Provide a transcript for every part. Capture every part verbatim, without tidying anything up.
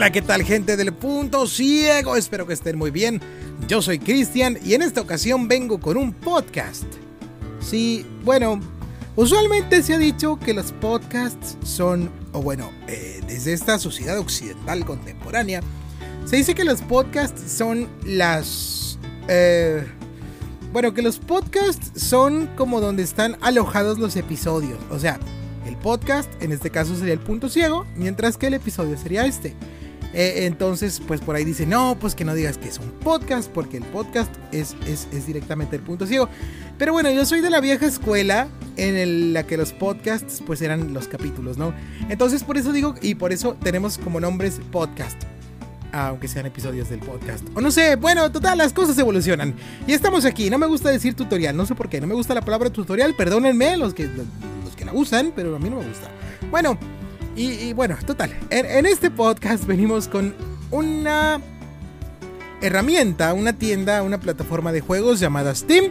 Hola, ¿qué tal, gente del Punto Ciego? Espero que estén muy bien. Yo soy Cristian y en esta ocasión vengo con un podcast. Sí, bueno, usualmente se ha dicho que los podcasts son, o bueno, eh, desde esta sociedad occidental contemporánea, se dice que los podcasts son las... Eh, bueno, que los podcasts son como donde están alojados los episodios. O sea, el podcast, en este caso sería el Punto Ciego, mientras que el episodio sería este. Eh, entonces, pues por ahí dicen, no, pues que no digas que es un podcast, porque el podcast es, es, es directamente el Punto Ciego. Pero bueno, yo soy de la vieja escuela en el, la que los podcasts pues eran los capítulos, ¿no? Entonces por eso digo, y por eso tenemos como nombres podcast, aunque sean episodios del podcast. O no sé, bueno, total, las cosas evolucionan. Y estamos aquí, no me gusta decir tutorial, no sé por qué, no me gusta la palabra tutorial, perdónenme los que, los que la usan, pero a mí no me gusta. Bueno... Y, y bueno, total, en, en este podcast venimos con una herramienta, una tienda, una plataforma de juegos llamada Steam.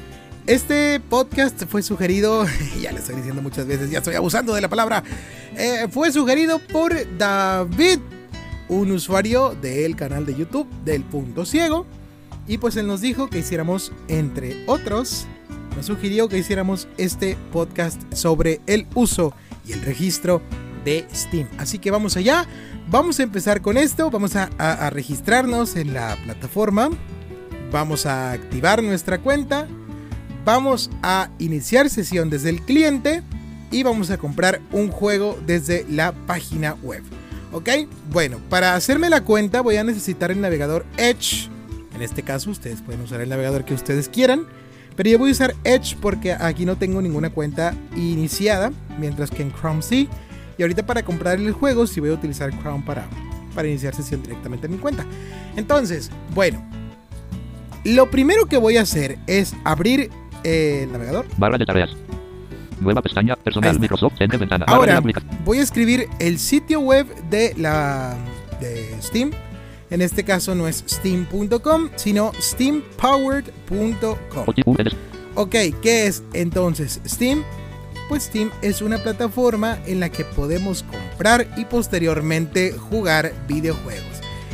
Este podcast fue sugerido, ya le estoy diciendo muchas veces, ya estoy abusando de la palabra, eh, fue sugerido por David, un usuario del canal de YouTube del Punto Ciego. Y pues él nos dijo que hiciéramos, entre otros, nos sugirió que hiciéramos este podcast sobre el uso y el registro de Steam. Así que vamos allá, vamos a empezar con esto, vamos a, a, a registrarnos en la plataforma, vamos a activar nuestra cuenta, vamos a iniciar sesión desde el cliente y vamos a comprar un juego desde la página web. ¿Ok? Bueno, para hacerme la cuenta voy a necesitar el navegador Edge. En este caso ustedes pueden usar el navegador que ustedes quieran, pero yo voy a usar Edge porque aquí no tengo ninguna cuenta iniciada, mientras que en Chrome sí. Y ahorita para comprar el juego sí voy a utilizar Chrome para, para iniciar sesión directamente en mi cuenta. Entonces, bueno, lo primero que voy a hacer es abrir eh, el navegador. Barra de tareas. Nueva pestaña, personal, Microsoft, en ventana. Ahora voy a escribir el sitio web de la de Steam. En este caso no es steam punto com, sino steam powered punto com. Ok, ¿qué es entonces Steam? Pues Steam es una plataforma en la que podemos comprar y posteriormente jugar videojuegos.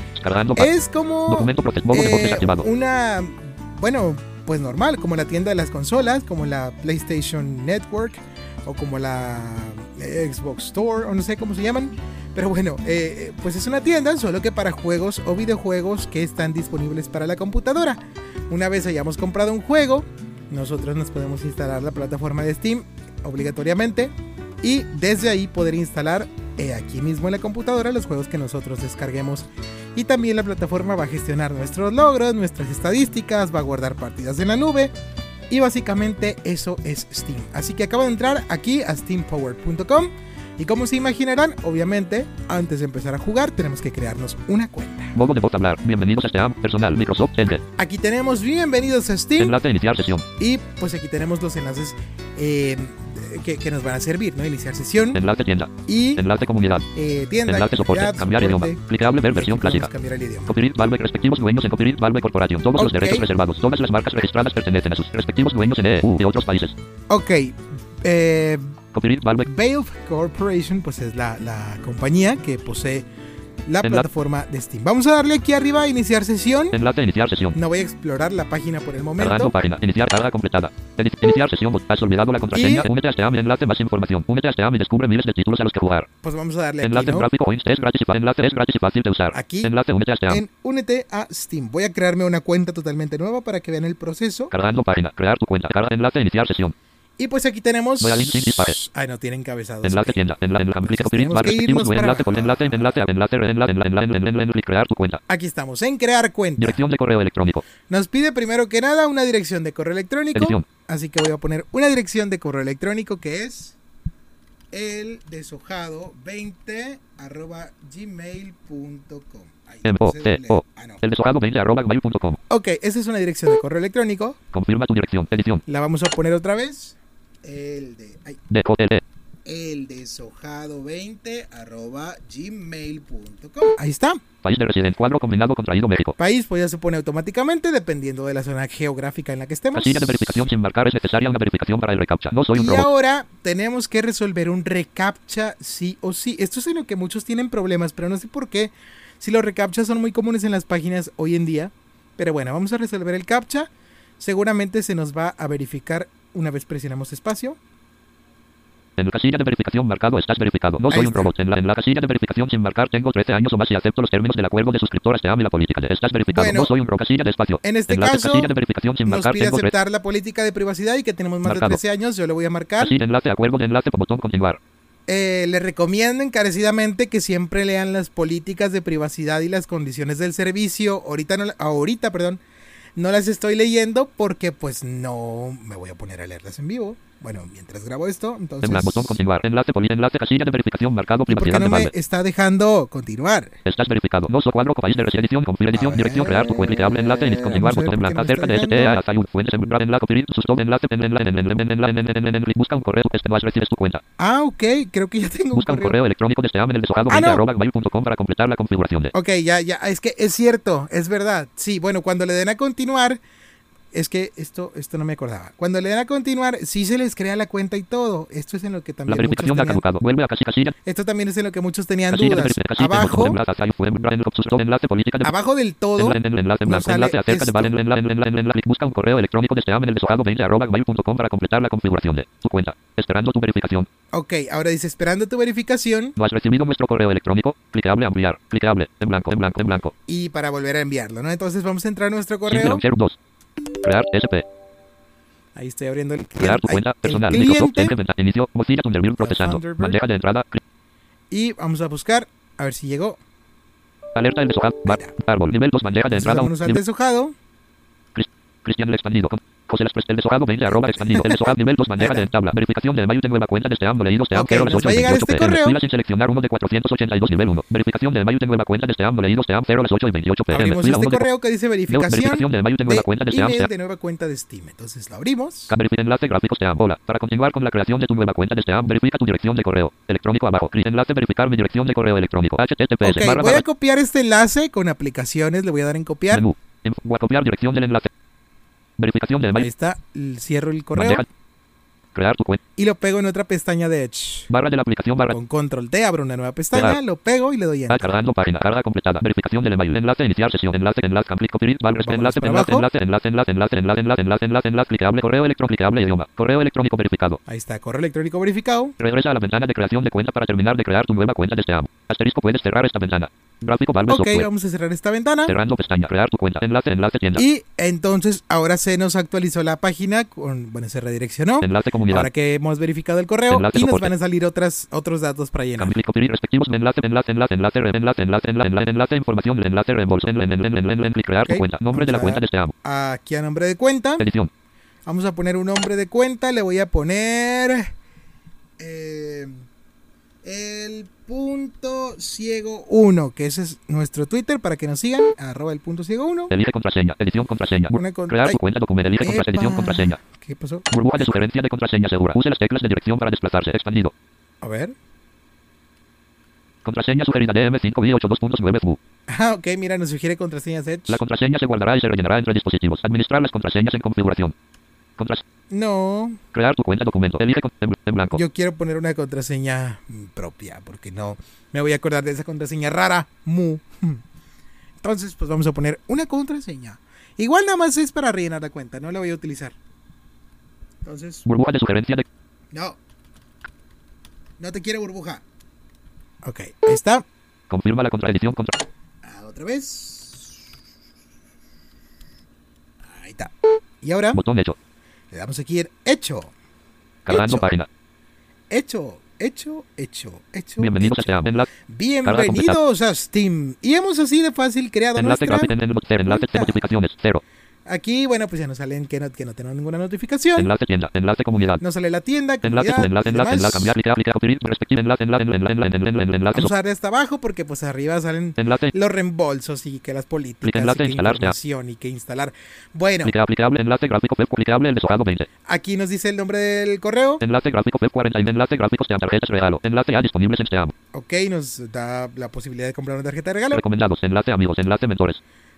Es como eh, una, bueno, pues normal, como la tienda de las consolas, como la PlayStation Network o como la Xbox Store, o no sé cómo se llaman. Pero bueno, eh, pues es una tienda solo que para juegos o videojuegos que están disponibles para la computadora. Una vez hayamos comprado un juego, nosotros nos podemos instalar la plataforma de Steam obligatoriamente y desde ahí poder instalar eh, aquí mismo en la computadora los juegos que nosotros descarguemos. Y también la plataforma va a gestionar nuestros logros, nuestras estadísticas, va a guardar partidas en la nube y básicamente eso es Steam. Así que acabo de entrar aquí a steam powered punto com y como se imaginarán, obviamente antes de empezar a jugar tenemos que crearnos una cuenta. Modo de voz hablar. Bienvenidos a Steam, personal, Microsoft, Enter. Aquí tenemos bienvenidos a Steam. Enlace iniciar sesión. Y pues aquí tenemos los enlaces eh, que, que nos van a servir, ¿no? Iniciar sesión. Enlace tienda. Y enlace comunidad. Eh, tienda. Enlace soporte. Comunidad, cambiar soporte. idioma. Clicable ver versión clásica. Cambiar el idioma. Copyright Valve respectivos dueños en Copyright Valve Corporation. Todos okay. los derechos reservados. Todas las marcas registradas pertenecen a sus respectivos dueños en E U de otros países. Ok. Eh, Copyright Valve. Valve Corporation, pues es la, la compañía que posee la Enla plataforma de Steam. Vamos a darle aquí arriba a iniciar sesión. Enlace iniciar sesión. No voy a explorar la página por el momento. Cargando página. Iniciar carga completada. Inici iniciar sesión. Has olvidado la contraseña. Y... Únete a Steam. Enlace más información. Únete a Steam y descubre miles de títulos a los que jugar. Pues vamos a darle enlace aquí, ¿no? Gráfico Coins es gratis y enlace es gratis y fácil de usar. Aquí. Enlace únete a Steam. En Únete a Steam. Voy a crearme una cuenta totalmente nueva para que vean el proceso. Cargando página. Crear tu cuenta. Carga enlace iniciar sesión. Y pues aquí tenemos... Voy a link sin dispare. Ay, no tiene encabezados. Enlace tienda. Enlace enlace copyright bar respectivos enlace con enlace enlace enlace enlace enlace enlace crear tu cuenta. Aquí estamos en crear cuenta. Dirección de correo electrónico. Nos pide primero que nada una dirección de correo electrónico. Edición. Así que voy a poner una dirección de correo electrónico que es el deshojado veinte arroba gmail punto com. M O C O. Ah, no. El deshojado veinte arroba gmail punto com. Ok, esa es una dirección de correo electrónico. Confirma tu dirección. Edición. La vamos a poner otra vez. El de ay, de J L. el deshojado veinte arroba gmail punto com. Ahí está. País de residencia, cuadro combinado contraído México. País pues ya se pone automáticamente dependiendo de la zona geográfica en la que estemos. Casilla de verificación sin marcar, es necesaria una verificación para el reCAPTCHA. No soy un y robot. ahora tenemos que resolver un reCAPTCHA sí o sí. Esto es en lo que muchos tienen problemas, pero no sé por qué. si los reCAPTCHA son muy comunes en las páginas hoy en día. Pero bueno, vamos a resolver el CAPTCHA. Seguramente se nos va a verificar una vez presionamos espacio. En la casilla de verificación marcado estás verificado. No soy un robot. En la, en la casilla de verificación sin marcar tengo trece años o más y acepto los términos del acuerdo de suscriptores. Te amo y la política de estás verificado. Bueno, no soy un robot. Casilla de espacio. En este enlace, caso casilla de verificación sin nos marcar pide tengo aceptar la política de privacidad y que tenemos más marcado. de trece años. Yo le voy a marcar. Casilla, enlace, acuerdo de enlace, botón continuar. Eh, le recomiendo encarecidamente que siempre lean las políticas de privacidad y las condiciones del servicio. Ahorita, no, ahorita, perdón, no las estoy leyendo porque pues no me voy a poner a leerlas en vivo. Bueno, mientras grabo esto, entonces... En botón continuar, enlace, poli, enlace, casilla de verificación marcado, ¿Y por qué privacidad no de me balde. está dejando continuar? Estás verificado. No soy cuadro, país de edición, configuración, edición, A dirección, ver, crear tu cuenta, clicable, enlace, en continuar, vamos a ver botón en por qué blanco, no me acerca de está S T A, dejando. salud, fuentes, en enlace, copyright, sustos, enlace, en enlace, en enlace, en enlace, en enlace, en busca un correo, este no recibes tu cuenta. Ah, ok, creo que ya tengo un Busca un correo. correo electrónico de este en el deshojado Ah, veinte no. arroba gmail punto com para completar la configuración de. Ok, ya, ya, es que es cierto, es verdad. Sí, bueno, cuando le den a continuar, es que esto, esto no me acordaba. Cuando le den a continuar, sí se les crea la cuenta y todo. Esto es en lo que La también muchos verificación ha tenían. caducado. Vuelve a casi casilla. Esto también es en lo que muchos tenían Casilla de dudas. verificación. Abajo, Enlace política de. abajo del todo, En enlace en nos blanco. sale Enlace acerca de esto. vale en enlace en enlace en enlace. Busca un correo electrónico de este en el deshojado veinte arroba gmail punto com para completar la configuración de tu cuenta. Esperando tu verificación. Ok, ahora dice esperando tu verificación No has recibido nuestro correo electrónico. Clicable ampliar. Clicable. En blanco, en blanco, en blanco. y para volver a enviarlo, ¿no? Entonces vamos a entrar a nuestro Simple correo. launcher dos. Crear S P. Ahí estoy abriendo el Crear tu ay, cuenta el personal. Microsoft cliente. Edge, inicio. Mozilla Thunderbird procesando. Thunderbird. Bandeja de entrada. Cli- Y vamos a buscar, a ver si llegó. Alerta del deshojado. Bar- Ahí Árbol. Nivel dos. Bandeja de Entonces entrada. vámonos al Nivel- deshojado. Cristian el expandido. Con- José Las el deshojado veinte arroba expandido. El deshojado nivel dos bandeja de tabla. Verificación de mayo de nueva cuenta de este amo leído este amo Ok, cero las nos ocho va a llegar veintiocho este pm. correo. Fila sin seleccionar uno de cuatrocientos ochenta y dos nivel uno. Verificación de mayo de nueva cuenta de este amo leído este amo cero las ocho y veintiocho pm. Abrimos Fila este uno de correo que dice verificación verificación de mayo de nueva de cuenta de este amo email de nueva cuenta de Steam. Entonces lo abrimos. Verifica enlace gráficos de Hola. Para continuar con la creación de tu nueva cuenta de este verifica tu dirección de correo electrónico abajo. Clic enlace verificar mi dirección de correo electrónico. H T T P S Ok, barra voy a barra copiar este enlace con aplicaciones. Le voy a dar en copiar. menú. En- Voy a copiar dirección del enlace. Verificación de Ahí mayo. está. l- Cierro el correo Bandeja. Crear tu cuenta. y lo pego en otra pestaña de Edge. Barra de la aplicación barra. Con control T abro una nueva pestaña, Pegar. lo pego y le doy Ah, enter. cargando página, carga completada, verificación del email, enlace, iniciar sesión, enlace, enlace, complete, copy, valores, Vámonos enlace, para enlace, abajo. enlace, enlace, enlace, enlace, enlace, enlace, enlace, enlace, enlace, clicable, correo electrónico, clicable, idioma, correo electrónico verificado. Ahí está, correo electrónico verificado. Regresa a la ventana de creación de cuenta para terminar de crear tu nueva cuenta de este amo. Asterisco, puedes cerrar esta ventana. Gráfico, Valve, Ok, software. vamos a cerrar esta ventana. Cerrando pestaña, crear tu cuenta, enlace, enlace, tienda, Y entonces ahora se nos actualizó la página, con, bueno, se redireccionó. enlace, comunidad. Ahora que hemos verificado el correo Enlace y nos soporte. van a salir otras, otros datos para llenar. Cambio, copy, respectivos, enlace, enlace, enlace, enlace, re- enlace, enlace, enlace, enlace, enlace, información, enlace, reembolso, en, en, en, en, en, en, en, crear tu Ok, cuenta, nombre de la vamos a- cuenta de este amo. Aquí a nombre de cuenta. Edición. Vamos a poner un nombre de cuenta. Le voy a poner eh, el punto ciego uno, que ese es nuestro Twitter para que nos sigan. Arroba el punto ciego uno. Elige contraseña, edición contraseña. Una con- Crear Ay. tu cuenta, documento, elige contraseña, edición Epa. contraseña. ¿Qué pasó? Burbuja de sugerencia de contraseña segura. Use las teclas de dirección para desplazarse. Expandido. A ver. Contraseña sugerida D M cinco B ochenta y dos punto nueve F U. Ah, ok, mira, nos sugiere contraseñas Edge. La contraseña se guardará y se rellenará entre dispositivos. Administrar las contraseñas en configuración. Contras No, crear tu cuenta documento. Elige con- en, en blanco. yo quiero poner una contraseña mm, propia, porque no me voy a acordar de esa contraseña rara. Mu. Entonces, pues vamos a poner una contraseña. Igual nada más es para rellenar la cuenta, no la voy a utilizar. Entonces, Burbuja de sugerencia de no. No te quiero burbuja. Ok, ahí está. confirma la contraedición contra. Ah, otra vez. Ahí está. Y ahora Botón hecho. le damos aquí en hecho. Cargando Hecho. página. Hecho, hecho, hecho, hecho. Bienvenidos hecho. a este enlace. Bienvenidos a Steam. Y hemos así de fácil creado Enlace nuestra gráfico en el cero. Enlace de cuenta. notificaciones. Cero. Aquí, bueno, pues ya nos salen que no, que no tenemos ninguna notificación. Enlace tienda. Enlace comunidad. Nos sale la tienda, Enlace, comunidad, enlace, y enlace, demás. enlace, cambiar, clicar, clicar, copy, respectivo enlace, enlace, enlace, enlace, enlace, enlace, Vamos a darle hasta abajo porque pues arriba salen enlace, los reembolsos y que las políticas Clic enlace, y que instalar ya. información y que instalar. Bueno, clicar, aplicable, enlace gráfico, web, clicable, el deshojado veinte. aquí nos dice el nombre del correo. Enlace gráfico web cuarenta y enlace gráficos de tarjetas regalo. Enlace ya disponibles en este amo. Ok, nos da la posibilidad de comprar una tarjeta de regalo. Recomendados, enlace amigos, enlace mentores.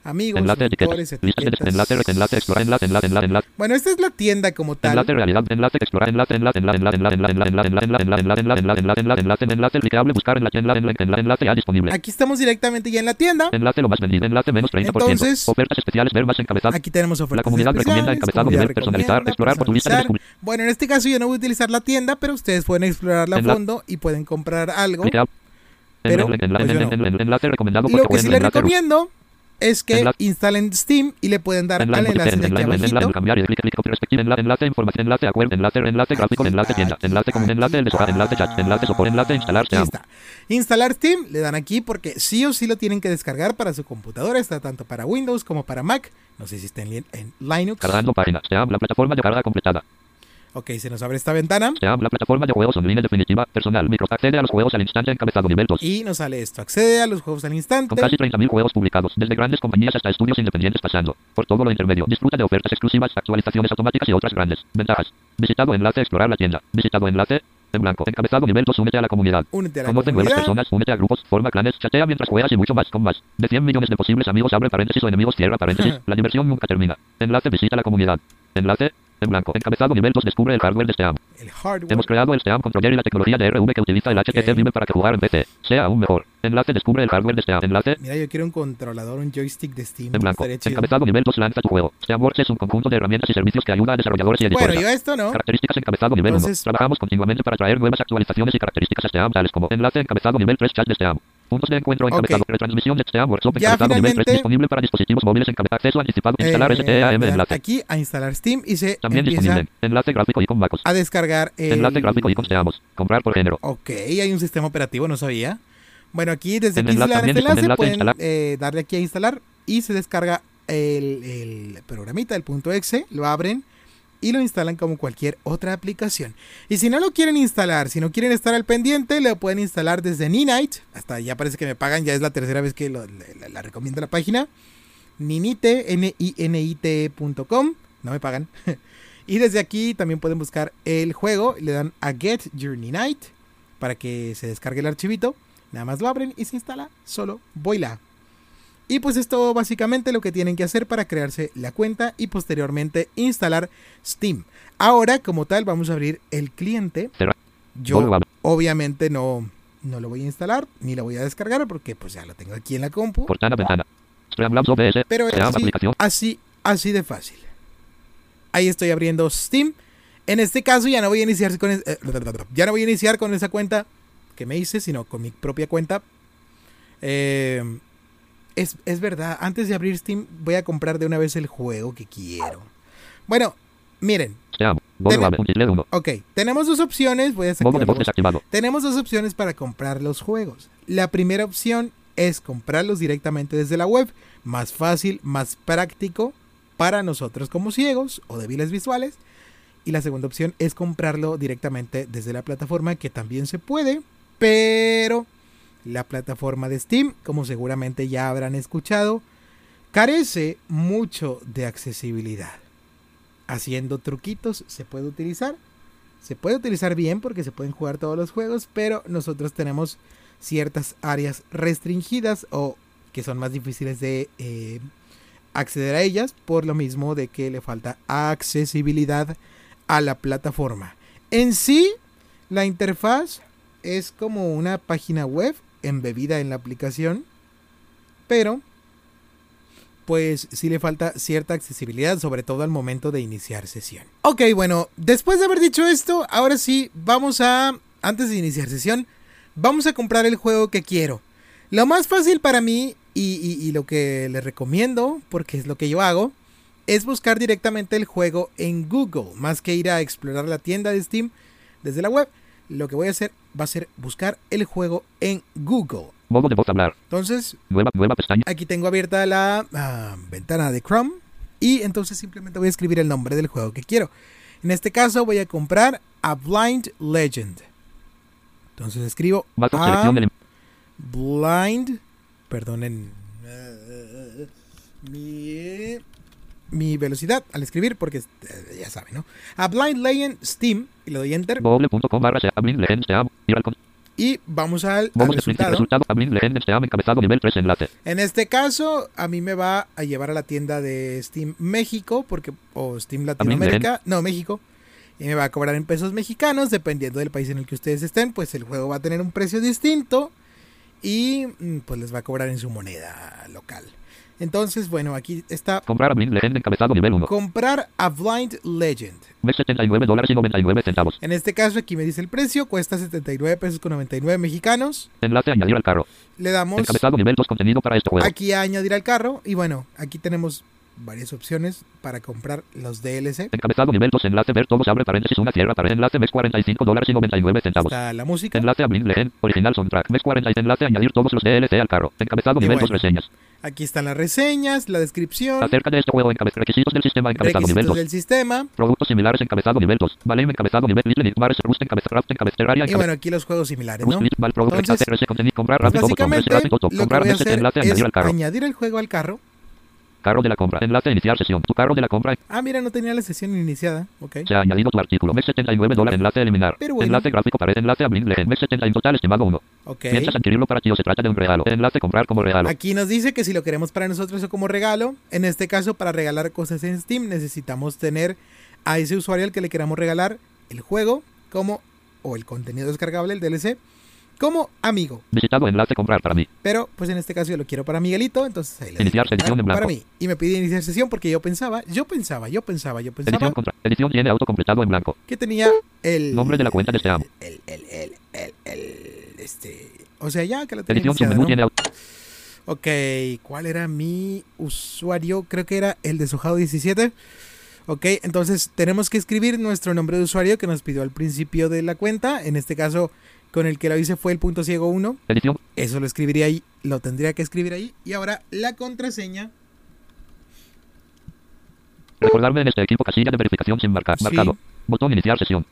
amigos, enlace, motores, etiquetas, etiquetas. enlace, enlace, explorar, enlace, enlace, enlace, enlace. Bueno, esta es la tienda como tal. Enlace, realidad, enlace, explorar, enlace, enlace, enlace, enlace, enlace, enlace, enlace, enlace, enlace, enlace, enlace, enlace, enlace, enlace, enlace, enlace, clicable, buscar enlace, enlace, enlace, enlace ya disponible. Aquí estamos directamente ya en la tienda. Enlace lo más vendido, enlace menos treinta por ciento. Entonces, ofertas especiales, ver más encabezado. Aquí tenemos ofertas La comunidad recomienda especiales, encabezado, comunidad nivel, personalizar, recomienda, explorar por tu lista de personalizar. descubrir. Bueno, en este caso yo no voy a utilizar la tienda, pero ustedes pueden explorarla a Enla- fondo y pueden comprar algo. Clicable. Pero, Enlace, enlace, pues yo no. enlace, enlace, enlace recomendado Lo porque que pueden sí les enlace, recomiendo es que Enlace. instalen Steam y le pueden dar al enlace, enlace de aquí enlace, enlace, abajito. cambiar y clic, clic, clic, respectivo, enlace, enlace, información, enlace, acuerdo, enlace, enlace, gráfico, Aquí, enlace, tienda, aquí, enlace común, enlace, el de hogar, enlace, chat, enlace, soporte, enlace, instalar, Aquí Steam. está. Instalar Steam, le dan aquí porque sí o sí lo tienen que descargar para su computadora. Está tanto para Windows como para Mac. No sé si está en, li- en Linux. Cargando páginas, Steam, la plataforma de carga completada. Ok, se nos abre esta ventana Steam, la plataforma de juegos online definitiva, personal, micro, accede a los juegos al instante encabezado nivel dos. y nos sale esto. Accede a los juegos al instante. Con casi treinta mil juegos publicados, desde grandes compañías hasta estudios independientes pasando por todo lo intermedio. Disfruta de ofertas exclusivas, actualizaciones automáticas y otras grandes ventajas. Visitado enlace, explorar la tienda. Visitado enlace, en blanco. Encabezado nivel dos, únete a la comunidad. Únete a la Conoce nuevas comunidad. personas, únete a grupos, forma clanes, chatea mientras juegas y mucho más, con más. De cien millones de posibles amigos, abre paréntesis o enemigos, cierra paréntesis. La diversión nunca termina. Enlace, visita la comunidad. Enlace, en blanco. Encabezado nivel dos, descubre el hardware de Steam. El hardware. Hemos creado el Steam Controller y la tecnología de R V que utiliza el H T C Ok. Vive para que jugar en P C sea aún mejor. Enlace, descubre el hardware de Steam. Enlace, Mira, yo quiero un controlador, un joystick de Steam. en blanco. Estaría chido. Encabezado nivel dos, lanza tu juego. Steamworks es un conjunto de herramientas y servicios que ayuda a desarrolladores y editores. Bueno, yo esto no. Características encabezado nivel uno. Entonces- Trabajamos continuamente para traer nuevas actualizaciones y características a Steam, tales como enlace encabezado nivel tres, chat de Steam. Puntos de encuentro encabezado. Ok. Retransmisión de Steam Workshop Ya encabezado nivel tres, finalmente- disponible para dispositivos móviles encabezado. Acceso anticipado. Instalar Eh, S T A M le dan enlace. aquí a instalar Steam y se También empieza disponible. Enlace gráfico y con MacOS. a descargar el... Enlace gráfico y con Steam. Comprar por género. Ok, hay un sistema operativo, no sabía. Bueno, aquí desde En aquí enlace instalar también este dispone enlace enlace pueden instalar. eh, darle aquí a instalar y se descarga el, el programita, el punto .exe, lo abren y lo instalan como cualquier otra aplicación. Y si no lo quieren instalar, si no quieren estar al pendiente, lo pueden instalar desde Ninite. Hasta ya parece que me pagan, ya es la tercera vez que lo, la, la recomiendo la página. Ninite, N I N I T E punto com, no me pagan. Y desde aquí también pueden buscar el juego, le dan a Get Your Ninite para que se descargue el archivito. Nada más lo abren y se instala solo Voila. Y pues esto básicamente lo que tienen que hacer para crearse la cuenta y posteriormente instalar Steam. Ahora, como tal, vamos a abrir el cliente. Cerrar. Yo Vuelvo a abrir. obviamente no, no lo voy a instalar ni lo voy a descargar porque pues ya lo tengo aquí en la compu. Portada ventana. Streamlabs O B S. Pero es Steam así, aplicación. así, así de fácil. Ahí estoy abriendo Steam. En este caso ya no voy a iniciar con es- eh, ya no voy a iniciar con esa cuenta que me hice, sino con mi propia cuenta. Eh, es, es verdad, antes de abrir Steam voy a comprar de una vez el juego que quiero. Bueno, miren, Steam. Vuelvo a abrir. Un title uno. ok, tenemos dos opciones. Voy a Modo de desactivar voz la voz. desactivado. Tenemos dos opciones para comprar los juegos. La primera opción es comprarlos directamente desde la web. Más fácil, más práctico para nosotros como ciegos o débiles visuales. Y la segunda opción es comprarlo directamente desde la plataforma, que también se puede. Pero la plataforma de Steam, como seguramente ya habrán escuchado, carece mucho de accesibilidad. Haciendo truquitos se puede utilizar. Se puede utilizar bien porque se pueden jugar todos los juegos, pero nosotros tenemos ciertas áreas restringidas o que son más difíciles de eh, acceder a ellas, por lo mismo de que le falta accesibilidad a la plataforma. En sí, la interfaz es como una página web embebida en la aplicación, pero pues sí le falta cierta accesibilidad, sobre todo al momento de iniciar sesión. Ok, bueno, después de haber dicho esto, ahora sí, vamos a, antes de iniciar sesión, vamos a comprar el juego que quiero. Lo más fácil para mí, y, y, y lo que les recomiendo, porque es lo que yo hago, es buscar directamente el juego en Google, más que ir a explorar la tienda de Steam desde la web. Lo que voy a hacer va a ser buscar el juego en Google. Modo de voz hablar. Entonces, Nueva, nueva pestaña. aquí tengo abierta la ah, ventana de Chrome y entonces simplemente voy a escribir el nombre del juego que quiero. En este caso voy a comprar A Blind Legend. Entonces escribo Más A selección del Blind, perdonen uh, mi, mi velocidad al escribir porque uh, ya saben, ¿no? A Blind Legend Steam y le doy Enter. Google punto com barra Steam. Legend Steam. Ir al con- Y vamos al, al Modos de resultado. resultado. Ablin Legend Steam encabezado nivel tres enlace. En este caso, a mí me va a llevar a la tienda de Steam México, porque o Steam Latinoamérica, no, México, y me va a cobrar en pesos mexicanos, dependiendo del país en el que ustedes estén, pues el juego va a tener un precio distinto y pues les va a cobrar en su moneda local. Entonces, bueno, aquí está. Comprar a Blind Legend encabezado nivel uno. Comprar a Blind Legend. Mes setenta y nueve dólares y noventa y nueve centavos. En este caso, aquí me dice el precio. Cuesta setenta y nueve pesos con noventa y nueve mexicanos. Enlace a añadir al carro. Le damos. Encabezado nivel dos contenido para este juego. Aquí a añadir al carro. Y bueno, aquí tenemos varias opciones para comprar los D L C. Encabezado nivel dos enlace ver todos abre paréntesis una cierra para enlace mes cuarenta y cinco dólares y noventa y nueve centavos. Está la música. Enlace a Blind Legend original soundtrack mes cuarenta enlace a añadir todos los D L C al carro. Encabezado Y nivel bueno, dos reseñas. Aquí están las reseñas, la descripción. Acerca de este juego encabez requisitos del sistema encabezado nivel Requisitos dos. del sistema. Productos similares encabezado nivel dos. Valem encabezado nivel Little Nightmares Rust encabezado Raft encabezado Terraria Y bueno, aquí los juegos similares, ¿no? Entonces, Entonces, contenido comprar pues rápido botón básicamente rápido lo que comprar voy a mes hacer enlace a es añadir al carro. añadir el juego al carro. Carro de la compra. Enlace a iniciar sesión. Tu carro de la compra. Ah, mira, no tenía la sesión iniciada. Ok. Se ha añadido tu artículo. Mes setenta y nueve dólares. Enlace a eliminar. Pero bueno. Enlace gráfico pared. Enlace a Blind Legend. Mes setenta y uno total estimado uno. Ok. ¿Piensas adquirirlo para ti o se trata de un regalo? Enlace comprar como regalo. Aquí nos dice que si lo queremos para nosotros o como regalo, en este caso para regalar cosas en Steam necesitamos tener a ese usuario al que le queramos regalar el juego como o el contenido descargable, el D L C, como amigo. Visitado enlace comprar para mí. Pero pues en este caso yo lo quiero para Miguelito, entonces ahí le Iniciar doy sesión en para, blanco. para mí. Y me pide iniciar sesión porque yo pensaba, yo pensaba, yo pensaba, yo pensaba Edición contra. Edición tiene auto completado en blanco. que tenía el Nombre de la cuenta de este amo. El, el, el, el, el, este, o sea, ya que la tenía Edición iniciada, submenú ¿no? tiene auto. Ok, ¿cuál era mi usuario? Creo que era el deshojado diecisiete. Ok, entonces tenemos que escribir nuestro nombre de usuario que nos pidió al principio de la cuenta. En este caso, con el que lo hice fue el punto ciego uno. Edición. Eso lo escribiría ahí, lo tendría que escribir ahí. Y ahora la contraseña. Recordarme en este equipo casilla de verificación sin marcar. Sí. Marcado. Botón iniciar sesión.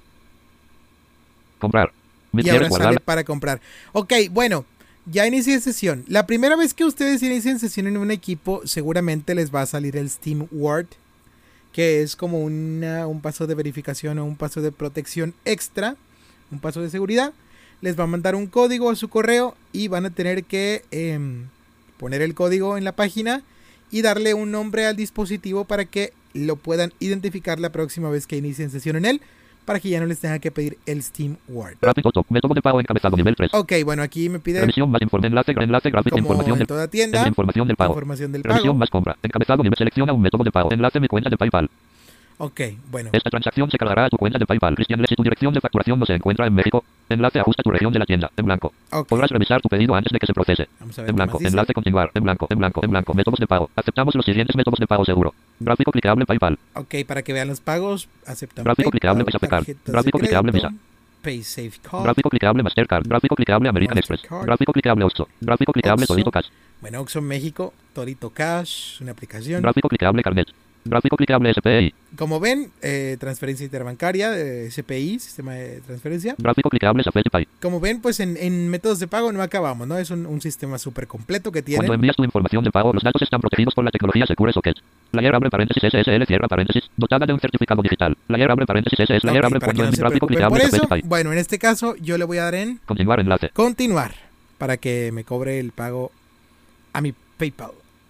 Comprar. ¿Me Y quieres ahora guardar? sale para comprar. Ok, bueno, ya inicié sesión. La primera vez que ustedes inicien sesión en un equipo, seguramente les va a salir el Steam Ward, que es como una, un paso de verificación o un paso de protección extra, un paso de seguridad. Les va a mandar un código a su correo y van a tener que eh, poner el código en la página y darle un nombre al dispositivo para que lo puedan identificar la próxima vez que inicien sesión en él, para que ya no les tenga que pedir el Steam Ward. Rápido top. Método de pago encabezado nivel tres. Ok, bueno, aquí me pide, Revisión más informe enlace enlace gráfico como información en del toda tienda, información del pago. información del Revisión pago. más compra. Encabezado nivel selecciona un método de pago. Enlace mi cuenta de PayPal. Ok, bueno. Esta transacción se cargará a tu cuenta de PayPal. Cristian, si tu dirección de facturación no se encuentra en México, enlace ajusta tu región de la tienda. En blanco. Ok, Podrás revisar tu pedido antes de que se procese. vamos a ver En qué blanco. más dice. Enlace continuar. En blanco. En blanco. En blanco. Métodos de pago. Aceptamos los siguientes métodos de pago seguro. Gráfico clicable PayPal. Ok, para que vean los pagos, aceptamos Gráfico PayPal, clicable Visa Card. tarjetas de Gráfico clicable crédito, Visa. PaySafe Card. Gráfico clicable Mastercard. Gráfico clicable American Express. Mastercard. Gráfico clicable Oxxo. Gráfico clicable Oxxo. Solito Cash. Bueno, Oxxo México, Torito Cash, una aplicación. Gráfico clicable Carnet. Gráfico clicable S P I. Como ven, eh, transferencia interbancaria, eh, S P I, sistema de transferencia. Gráfico clicable Safety. Como ven, pues en, en métodos de pago no acabamos, ¿no? Es un, un sistema súper completo que tiene. Cuando envías tu información de pago, los datos están protegidos por la tecnología Secure Socket. Layer abre paréntesis S S L cierra paréntesis, dotada de un certificado digital. Layer abre paréntesis S S Layer Ok, abre para que cuando no en se gráfico preocupen por clicable eso. Safety. Bueno, en este caso yo le voy a dar en Continuar enlace. continuar para que me cobre el pago a mi PayPal.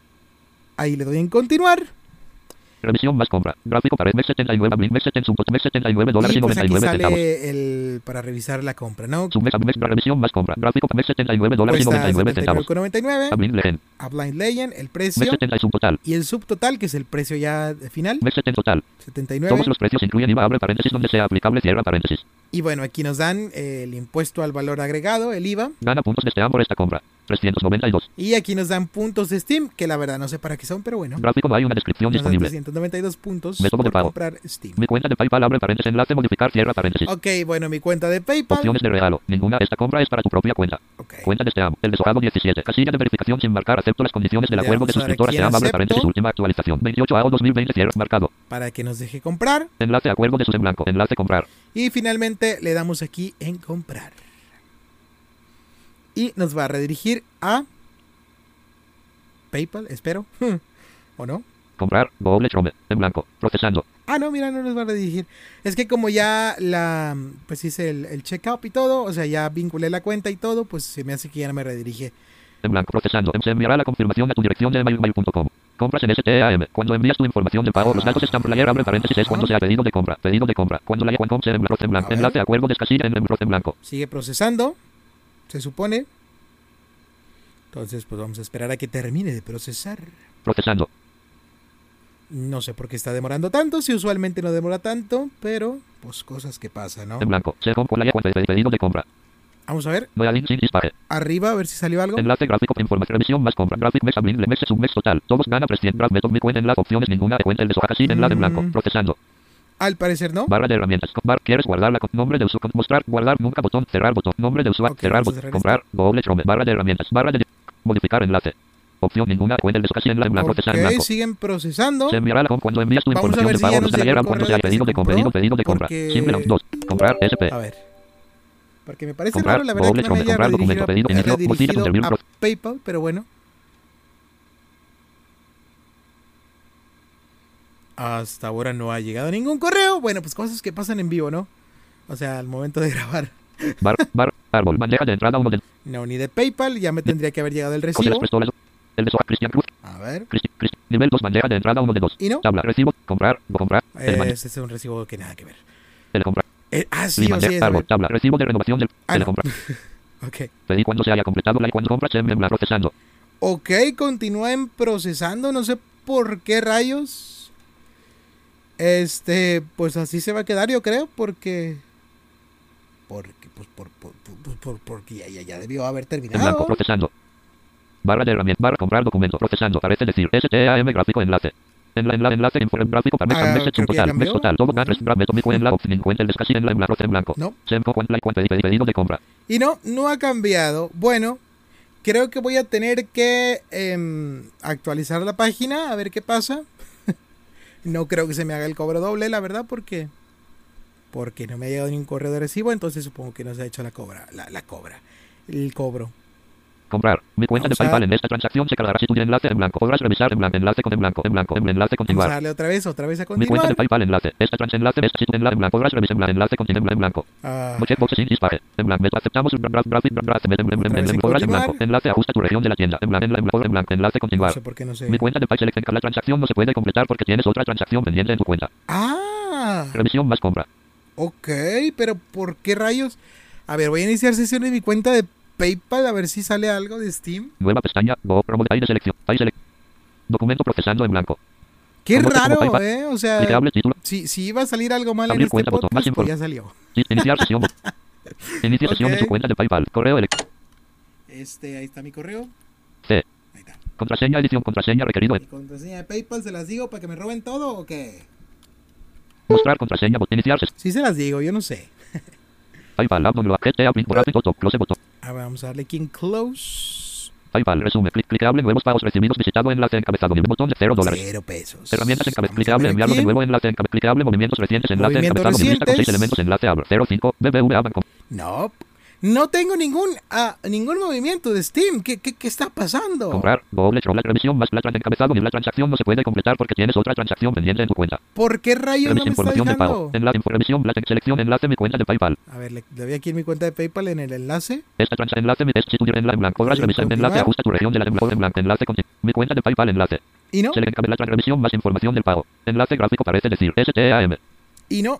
Ahí le doy en continuar. Revisión más compra. Gráfico pared mes setenta y nueve, mes setenta, mes setenta y nueve dólares Y y pues noventa y aquí nueve centavos. sale el para revisar la compra, ¿no? Submes a mes revisión más compra. Gráfico mes setenta y nueve dólares y Cuesta noventa y nueve setenta y nueve centavos. con noventa y nueve. A Blind Legend. A Blind Legend, el Mes precio setenta y subtotal. y el subtotal, que es el precio ya de final, Mes setenta total. setenta y nueve. Todos los precios incluyen I V A abre paréntesis donde sea aplicable cierra paréntesis. Y bueno, aquí nos dan eh, el impuesto al valor agregado, el I V A. Gana puntos de Steam por esta compra. trescientos noventa y dos. Y aquí nos dan puntos de Steam, que la verdad no sé para qué son, pero bueno. Gráfico no hay una descripción Nos dan disponible. trescientos noventa y dos puntos Método de por pago. comprar Steam. Mi cuenta de PayPal abre paréntesis enlace modificar cierra paréntesis. Ok, bueno, mi cuenta de PayPal. Opciones de regalo. Ninguna. Esta compra es para tu propia cuenta. Ok. Cuenta de Steam. El deshojado diecisiete. Casilla de verificación sin marcar. Acepto las condiciones del Le acuerdo de vamos a dar suscriptora aquí en Steam. Abre acepto. paréntesis. Última actualización. veintiocho A O dos mil veinte. Cierra marcado. Para que nos deje comprar. Enlace acuerdo de sus en blanco. Enlace comprar. Y finalmente le damos aquí en comprar. Y nos va a redirigir a PayPal, espero. ¿O no? Comprar. Google Chrome. En blanco. Procesando. Ah, no, mira, no nos va a redirigir. Es que como ya la, pues hice el, el checkout y todo, o sea, ya vinculé la cuenta y todo, pues se me hace que ya no me redirige. En blanco, procesando. Se enviará la confirmación a tu dirección de email punto com. Compras en S T E A M. Cuando envías tu información de pago, los datos están por leer, abre paréntesis, es cuando sea pedido de compra. Pedido de compra. Cuando la cuando se en blanco, en blanco. Enlace, acuerdo, descasilla en en blanco. Sigue procesando, se supone. Entonces, pues vamos a esperar a que termine de procesar. Procesando. No sé por qué está demorando tanto, si usualmente no demora tanto, pero pues cosas que pasan, ¿no? En blanco. Se con la cuenta de pedido de compra. Vamos a ver. No hay link sin dispare. Arriba, a ver si salió algo. Enlace gráfico, información, revisión más compra. Graphic, mes, abril, mes, submes total. Todos gana trescientos. Graph, método, mi cuenta, enlace, opciones, ninguna de cuenta, el de soja, sin enlace en blanco. Procesando. Al parecer no. Barra de herramientas. Bar, ¿quieres guardarla con nombre de usuario? Mostrar, guardar, nunca, botón, cerrar, botón, nombre de usuario, Okay, cerrar, botón, comprar, doble trome. Barra de herramientas. Barra de modificar enlace. Opción ninguna cuenta, el de soja, sin enlace en blanco. Procesar en Ok, blanco. siguen procesando. Se enviará la com cuando envías tu Vamos a información ver de si pago. ya No nos se llegó leerá el cuando correo sea de que pedido se de compra, compró, pedido, pedido de compra. porque- Simple dos. Comprar S P. A ver. Porque me parece Comprar, raro, la verdad, doble que no me trome, haya comprar, documento, redirigido, pedido, inicio, bolsilla con redirigido servir, a PayPal, pero bueno. Hasta ahora no ha llegado ningún correo. Bueno, pues cosas que pasan en vivo, ¿no? O sea, al momento de grabar. Bar, bar, árbol, bandeja de entrada uno de No, ni de PayPal, ya me tendría que haber llegado el José recibo. les prestó las- el de Soja, Cristian Cruz. A ver. Cristi- Cristi- nivel dos, bandeja de entrada uno de dos. ¿Y no? Tabla, recibo, comprar, comprar. El man- Ese es un recibo que nada que ver. el comprar. Eh, ah, sí, Link, o sí, bandeja, es, a árbol, ver. tabla, recibo de renovación del Ah, el no. comprar. Ok. Pedí cuando se haya completado la y cuando compras en blanco procesando. Ok, continúen procesando, no sé por qué rayos. Este, pues así se va a quedar, yo creo, porque... Porque, pues, por, por, por, por- porque ya, ya, ya debió haber En blanco terminado. procesando. Barra de herramientas, barra comprar documento procesando. Parece decir S T E A M gráfico enlace. En la enlace enlace info gráfico para mes Ah, mes creo que ya total cambió. mes total todo ganas grab meto mi cuenta en la opción cuenta el descasi en la en blanco en blanco. No. Semco cuenta la cuenta de pedido de compra. Y no, no ha cambiado. Bueno, creo que voy a tener que em, actualizar la página, a ver qué pasa. No creo que se me haga el cobro doble, la verdad, porque... Porque no me ha llegado ningún correo de recibo, entonces supongo que no se ha hecho la cobra, la, la cobra, el cobro. Comprar. Mi cuenta Vamos de a- PayPal en esta transacción se cargará si tu enlace en blanco. Podrás revisar en blanco. Enlace con en blanco. En blanco. En enlace Vamos a continuar. darle otra vez, otra vez a Mi cuenta continuar. de PayPal enlace. Esta trans enlace es si tu enlace en blanco. Podrás revisar en blanco. Enlace con en blanco. Ah, Checkbox sin dispare. En blanco. Aceptamos un graph graphic graph en en Otra vez en en podrás en blanco. continuar. Enlace ajusta tu región de la tienda. En blanco. En blanco. En blanco. Enlace no continuar. sé por qué no sé. Mi cuenta de PayPal Select la transacción no se puede completar porque tienes otra transacción pendiente en tu cuenta. Ah, Revisión más compra. ok, pero ¿por qué rayos? A ver, voy a iniciar sesión en mi cuenta de PayPal a ver si sale algo de Steam. Nueva pestaña. Go promo de de selección. Pay select. Documento procesando en blanco. Qué ¿Cómo te- cómo raro, PayPal? eh. O sea, Clicable título. si, si iba a salir algo mal en Abrir este cuenta, botón, más podcast, pues info- ya salió. Sí, iniciar sesión. Inicia sesión en Ok. su cuenta de PayPal. Correo electrónico. Este, ahí está mi correo. C. Ahí está. Contraseña edición contraseña requerido en Mi contraseña de PayPal, ¿se las digo para que me roben todo o qué? mostrar contraseña bot iniciar sesión. Sí se las digo, yo no sé. PayPal app no G T A print graphic botón close botón. A ver, vamos a darle aquí en close. PayPal resume clic clicable nuevos pagos recibidos visitado enlace encabezado nivel botón de cero dólares. Cero pesos. Herramientas encabezado Vamos a clicable ver enviarlo de aquí. nuevo enlace encabezado clicable movimientos recientes enlace Movimientos encabezado mi lista con seis recientes. elementos enlace abre cero cinco B B V A Banco. No, no tengo ningún ah, ningún movimiento de Steam. ¿Qué, qué, qué está pasando? Comprar doble troll la revisión más la trans encabezado ni la transacción no se puede completar porque tienes otra transacción pendiente en tu cuenta. ¿Por qué rayos no Revisión me está información de pago. dejando? Enlace info revisión black selección enlace mi cuenta de PayPal. A ver, le, le doy aquí en mi cuenta de PayPal en el enlace. Esta trans enlace mi test si tu enlace en blanco podrás Link revisar continuar. enlace ajusta tu región de la en blanco en blanco enlace con mi cuenta de PayPal enlace. Y no, Select encabezado la revisión más información del pago. Enlace gráfico parece decir S T E A M. y no.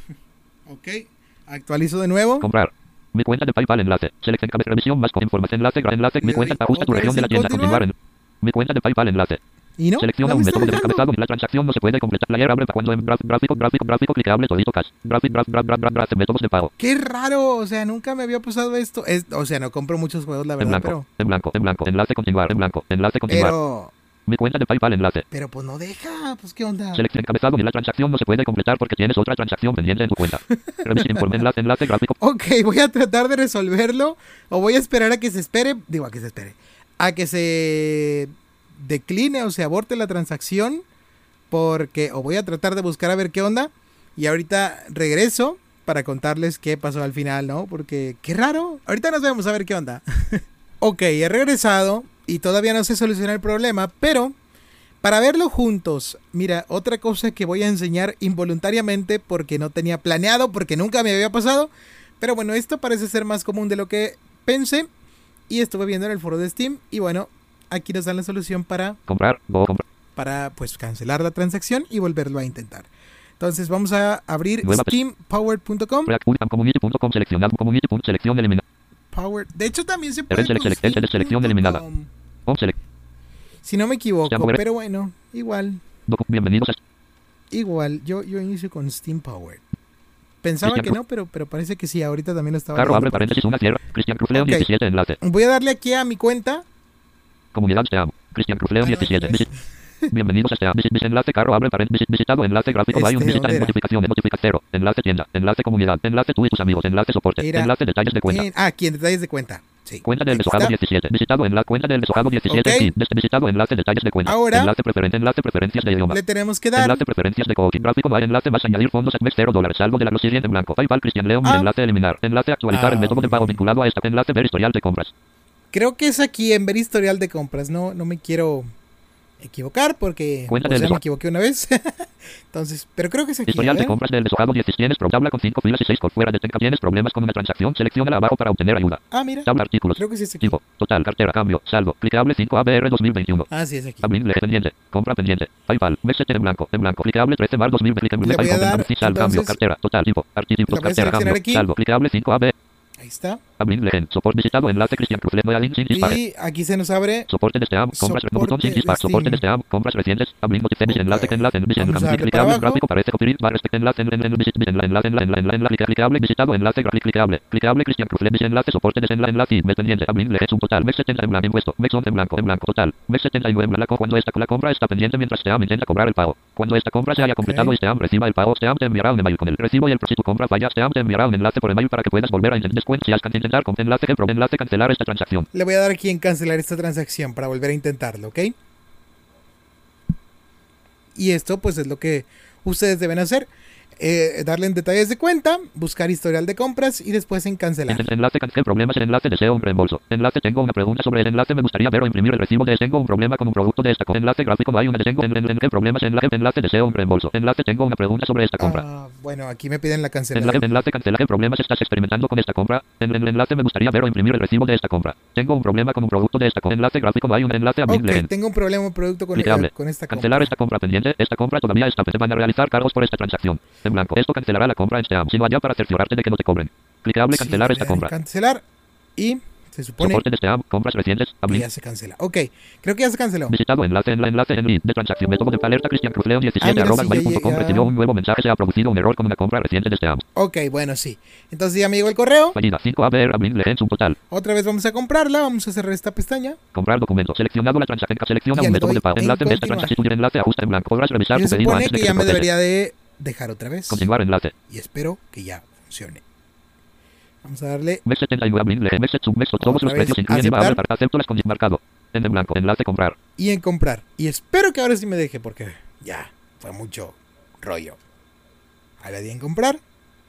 Ok, actualizo de nuevo. Comprar. Mi cuenta de PayPal enlace. Select encabezado revisión más con información enlace gran enlace. Le Mi doy cuenta ajusta tu otra región vez de la en tienda continuar. continuar en mi cuenta de PayPal enlace. Y no, Selecciona no un me está método de dejando. encabezado y la transacción no se puede completar. Player abre para cuando en graf- gráfico gráfico gráfico clicable todito cash. Graphic graf graf graf graf graf métodos de pago. Qué raro, o sea, nunca me había pasado esto. Es, o sea, no compro muchos juegos, la En verdad, blanco, en blanco, en blanco, enlace continuar, en blanco, enlace pero... continuar. Pero... Mi cuenta de PayPal enlace. Pero pues no deja, pues qué onda. Selección encabezado y la transacción no se puede completar porque tienes otra transacción pendiente en tu cuenta. Revisa informe enlace enlace gráfico. Ok, voy a tratar de resolverlo. O voy a esperar a que se espere. Digo, a que se espere. A que se decline o se aborte la transacción. Porque, o voy a tratar de buscar a ver qué onda. Y ahorita regreso para contarles qué pasó al final, ¿no? Porque, qué raro. Ahorita nos vemos a ver qué onda. Ok, he regresado. Y todavía no se soluciona el problema. Pero Para verlo juntos, mira, otra cosa que voy a enseñar involuntariamente porque no tenía planeado, porque nunca me había pasado. Pero bueno, esto parece ser más común de lo que pensé. Y estuve viendo en el foro de Steam. Y bueno, aquí nos dan la solución para... Comprar, go, comprar. Para pues cancelar la transacción y volverlo a intentar. Entonces vamos a abrir Nueva steam powered punto com. Community punto com, seleccionado, community. Selección eliminada. Power. De hecho también se puede Select, select, select, selección eliminada. Home select. Si no me equivoco, Steam Power. pero bueno, igual. Docu- Bienvenidos a Igual, yo, yo inicio con Steam Powered. Pensaba Cristian que Cruz. no, pero, pero parece que sí, ahorita también lo estaba Carro, leyendo abre por aquí. paréntesis, una cierra. Cristian Cruz León Ok. diecisiete, enlace. Voy a darle aquí a mi cuenta. Comunidad Steam. Cristian Cruz León Ah, no, diecisiete. no es. Visit- Bienvenidos a Steam. Visit, visit, enlace carro, abre paréntesis. Visitado, enlace gráfico, Este, hay un visita ¿dónde en era? notificaciones, notifica cero. Enlace tienda, enlace comunidad, enlace tú y tus amigos, enlace soporte, Era enlace detalles de cuenta. en- ah, aquí en detalles de cuenta. Sí. Cuenta del Aquí deshojado está. diecisiete. Visitado en la cuenta del deshojado diecisiete. Ok. Sí, desde visitado enlace detalles de cuenta. Ahora- Enlace preferente, enlace preferencias de idioma. Le tenemos que dar. Enlace preferencias de cookie. Gráfico más enlace más añadir fondos a cero dólares. Salvo de la siguiente en blanco. PayPal Cristian León. Ah. Enlace eliminar. Enlace actualizar Ah. el método de pago vinculado a esta. Enlace ver historial de compras. Creo que es aquí en ver historial de compras. No, no me quiero equivocar porque Cuenta pues, del ya me deso- equivoqué una vez. Entonces, pero creo que es aquí. Historial a de ver. compras del deshojado dieciséis. Tienes pro- tabla con cinco filas y seis por fuera. Detenga. Tienes problemas con una transacción. Selecciónala abajo para obtener ayuda. Ah, mira. Tabla artículos. Creo que sí es aquí. Tipo. Total. Cartera. Cambio. Saldo. Clicable cinco A B R dos mil veintiuno. Ah, sí es aquí. Abrir le pendiente. Compra pendiente. PayPal. Messenger en blanco. En blanco. Clicable trece mar dos mil veinte. Le voy a dar, Sí, saldo. Cambio. entonces, Cartera. Total. Tipo. Artículos. la voy a Cartera. seleccionar Cambio. aquí. Saldo. Clicable cinco A B. Ahí está. Abrir legend. Soporte visitado. Enlace Cristian Cruz. No hay link sin dispare. Y aquí se nos abre. Soporte de Steam. Compras. No botón sin Soporte dispar. de Soporte de Steam. Steam. Compras recientes. Abrir notificaciones. Ok. Enlace. Enlace. Enlace. Vamos a darle para Clicable. abajo. Gráfico. Parece copy. Va respecto. Enlace. En en visit. Enlace. Enlace. Enlace. Enlace. Clicable. Visitado. Enlace. Gráfico. Clicable. Clicable. Cristian Cruz. Enlace. Soporte de enlace. Enlace. Mes pendiente. Abrir legend. Un total. Mes setenta en blanco. Impuesto. Mes once en blanco. En blanco. Total. Mes setenta y nueve en blanco. Cuando esta la compra está pendiente mientras Steam intenta cobrar el pago. Cuando esta compra se haya completado y Steam reciba el pago, Steam te enviará un email con el recibo y el si tu compra falla, Steam te enviará un enlace por email para que puedas volver a intentar descuento si has que intentar con enlace que pro enlace cancelar esta transacción. Le voy a dar aquí en cancelar esta transacción para volver a intentarlo, ¿ok? Y esto pues es lo que ustedes deben hacer. Eh, darle en detalles de cuenta, buscar historial de compras y después en cancelar. En- Enlace cancel problemas en enlace deseo un reembolso. Enlace tengo una pregunta sobre el enlace me gustaría ver o imprimir el recibo de tengo un problema con un producto de esta co- enlace gráfico no hay una tengo en, en, en, en problemas enlace enlace deseo un reembolso. Enlace tengo una pregunta sobre esta compra. Ah, bueno, aquí me piden la Enlace, cancelación. enlace cancelaje problemas estás experimentando con esta compra. En el enlace me gustaría ver o imprimir el recibo de esta compra. Tengo un problema con un producto de esta compra. Enlace gráfico no hay un enlace a Ok, legend. tengo un problema un producto con, Clicable. eh, con esta Cancelar compra. esta compra pendiente. Esta compra todavía está pendiente. Van a realizar cargos por esta transacción. En blanco. Esto cancelará la compra en Steam. Si no haya para cerciorarte de que no te cobren. Clicable Sí, cancelar le esta dan en compra. Cancelar y se supone Soporte de Steam. Compras recientes. que Abrir. ya se cancela. Ok, creo que ya se canceló. Visitado enlace en la enlace en link de transacción. Método de alerta Cristian Cruz León Ah, diecisiete mira, arroba sí, ya gmail punto com. llega. Recibió un nuevo mensaje. Se ha producido un error con una compra reciente de Steam. Ok, bueno, sí. Entonces ya me llegó el correo. Fallida. cinco A B R. Abrir legend. Un total. Otra vez vamos a comprarla. Vamos a cerrar esta pestaña. Comprar documento. Seleccionado la transacción. Selecciona Ya un le método doy de pago. en Enlace de esta continuar. transacción. Enlace ajusta en blanco. Podrás revisar Y tu se pedido supone antes de que que ya se me procese. debería de dejar otra vez. Continuar enlace. Y espero que ya funcione. Vamos a darle. Mes setenta y nueve. Abrir legend. Mes submes. Todos Otra los vez, precios incluyen I V A. aceptar. Abre, acepto las condiciones marcado. En el blanco. Enlace comprar. Y en comprar. Y espero que ahora sí me deje porque ya fue mucho rollo. Ahí le di en comprar.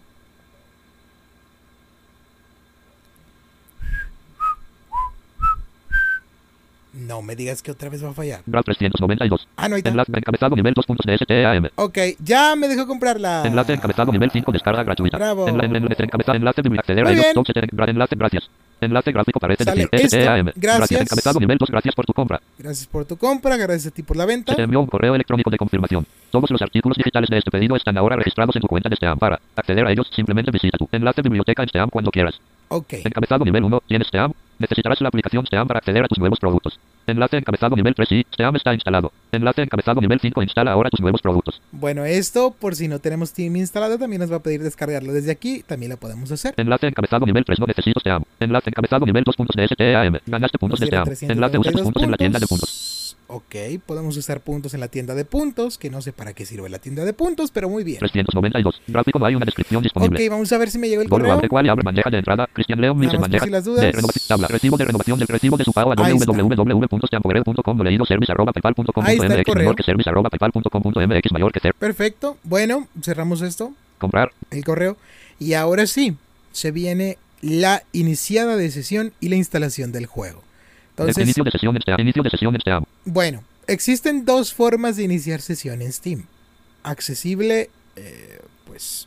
No me digas que otra vez va a fallar. Grad trescientos noventa y dos. Ah, no, ahí está. Enlace encabezado nivel dos puntos de S T A M. Ok, ya me dejó comprarla. Enlace encabezado nivel cinco descarga gratuita. Bravo. Enla- en- en- encabezado enlace de acceder a Muy ellos. bien. Top setenta, gra- enlace gracias. Enlace gráfico parece Sale decir S T A M. esto. Gracias. Encabezado nivel dos gracias por tu compra. Gracias por tu compra, gracias a ti por la venta. Se te envió un correo electrónico de confirmación. Todos los artículos digitales de este pedido están ahora registrados en tu cuenta de Steam. Para acceder a ellos, simplemente visita tu enlace biblioteca en Steam cuando quieras. Ok, Encabezado nivel uno, ¿tienes Steam? Necesitarás la aplicación Steam para acceder a tus nuevos productos. Enlace encabezado nivel tres, sí, Steam está instalado. Enlace encabezado nivel cinco, instala ahora tus nuevos productos. bueno, esto por si no tenemos Steam instalado también nos va a pedir descargarlo desde aquí, también lo podemos hacer. Enlace encabezado nivel tres, no necesito Steam. Enlace encabezado nivel dos puntos de S T A M. Ganaste puntos de Nos dieron Steam. trescientos Enlace noventa y usas dos puntos en la tienda de puntos. Ok, podemos usar puntos en la tienda de puntos, que no sé para qué sirve la tienda de puntos, pero muy bien. trescientos noventa y dos. Gráfico no hay una descripción disponible. Ok, vamos a ver si me llegó el Bolo correo. abre cual y abre bandeja de entrada. Cristian León Mills en Nada más por bandeja si las dudas. de renovación. Tabla. Recibo de renovación del recibo de su pago a Ahí está. www punto steampower punto com. Leído service arroba paypal punto com Ahí punto está el mx correo. menor que service arroba paypal punto com punto mx mayor que ser. Perfecto, bueno, cerramos esto, Comprar. el correo. Y ahora sí, se viene la iniciada de sesión y la instalación del juego. Entonces, Inicio de sesión en Steam. Inicio de sesión en Steam. bueno, existen dos formas de iniciar sesión en Steam. Accesible, eh, pues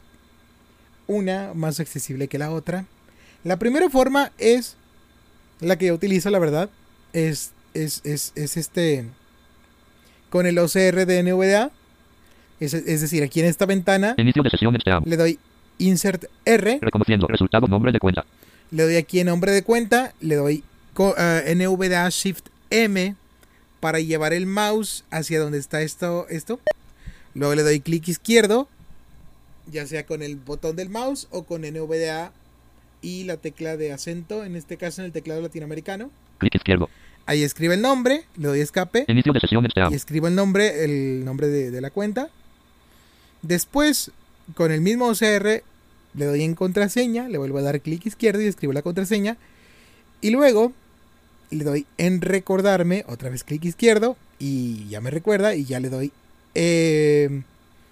una más accesible que la otra. La primera forma es la que yo utilizo, la verdad. Es, es, es, es este con el O C R de N V D A. Es, es decir, aquí en esta ventana Inicio de sesión en Steam. le doy Insert R. Reconociendo resultado nombre de cuenta. Le doy aquí en nombre de cuenta. Le doy co- uh, N V D A Shift M para llevar el mouse hacia donde está esto, esto. Luego le doy clic izquierdo, ya sea con el botón del mouse o con N V D A y la tecla de acento, en este caso en el teclado latinoamericano. Clic izquierdo. Ahí escribe el nombre, le doy escape Inicio de sesión en y Steam. escribo el nombre, el nombre de, de la cuenta. Después, con el mismo O C R, le doy en contraseña, le vuelvo a dar clic izquierdo y escribo la contraseña. Y luego le doy en recordarme, otra vez clic izquierdo y ya me recuerda y ya le doy eh,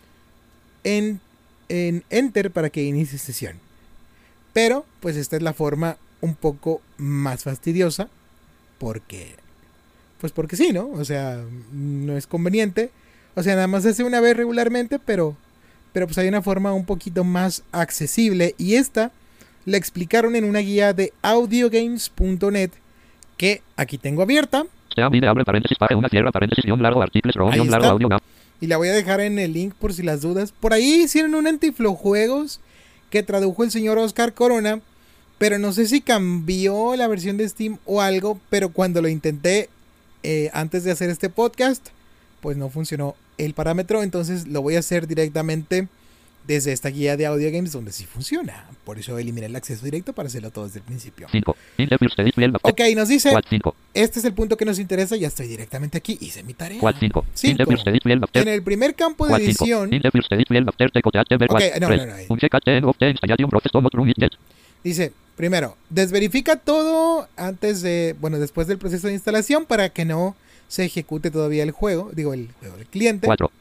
en, en enter para que inicie sesión. Pero pues esta es la forma un poco más fastidiosa porque pues porque sí, ¿no? O sea, no es conveniente. O sea, nada más se hace una vez regularmente, pero pero pues hay una forma un poquito más accesible y esta la explicaron en una guía de audiogames punto net que aquí tengo abierta. Steam ide abre paréntesis para una cierra paréntesis guión largo artículos ro Ahí guión largo está. audio gam. Y la voy a dejar en el link por si las dudas. Por ahí hicieron un antiflojuegos que tradujo el señor Oscar Corona, pero no sé si cambió la versión de Steam o algo, pero cuando lo intenté eh, antes de hacer este podcast, pues no funcionó el parámetro, entonces lo voy a hacer directamente desde esta guía de Audio Games donde sí funciona. Por eso eliminé el acceso directo para hacerlo todo desde el principio. cinco. Ok, nos dice, cinco. este es el punto que nos interesa, ya estoy directamente aquí, hice mi tarea. cinco. Cinco. En el primer campo de edición, ok, no, no, no, no. Dice, primero, desverifica todo antes de, bueno, después del proceso de instalación para que no se ejecute todavía el juego, digo, el juego del cliente. cuatro.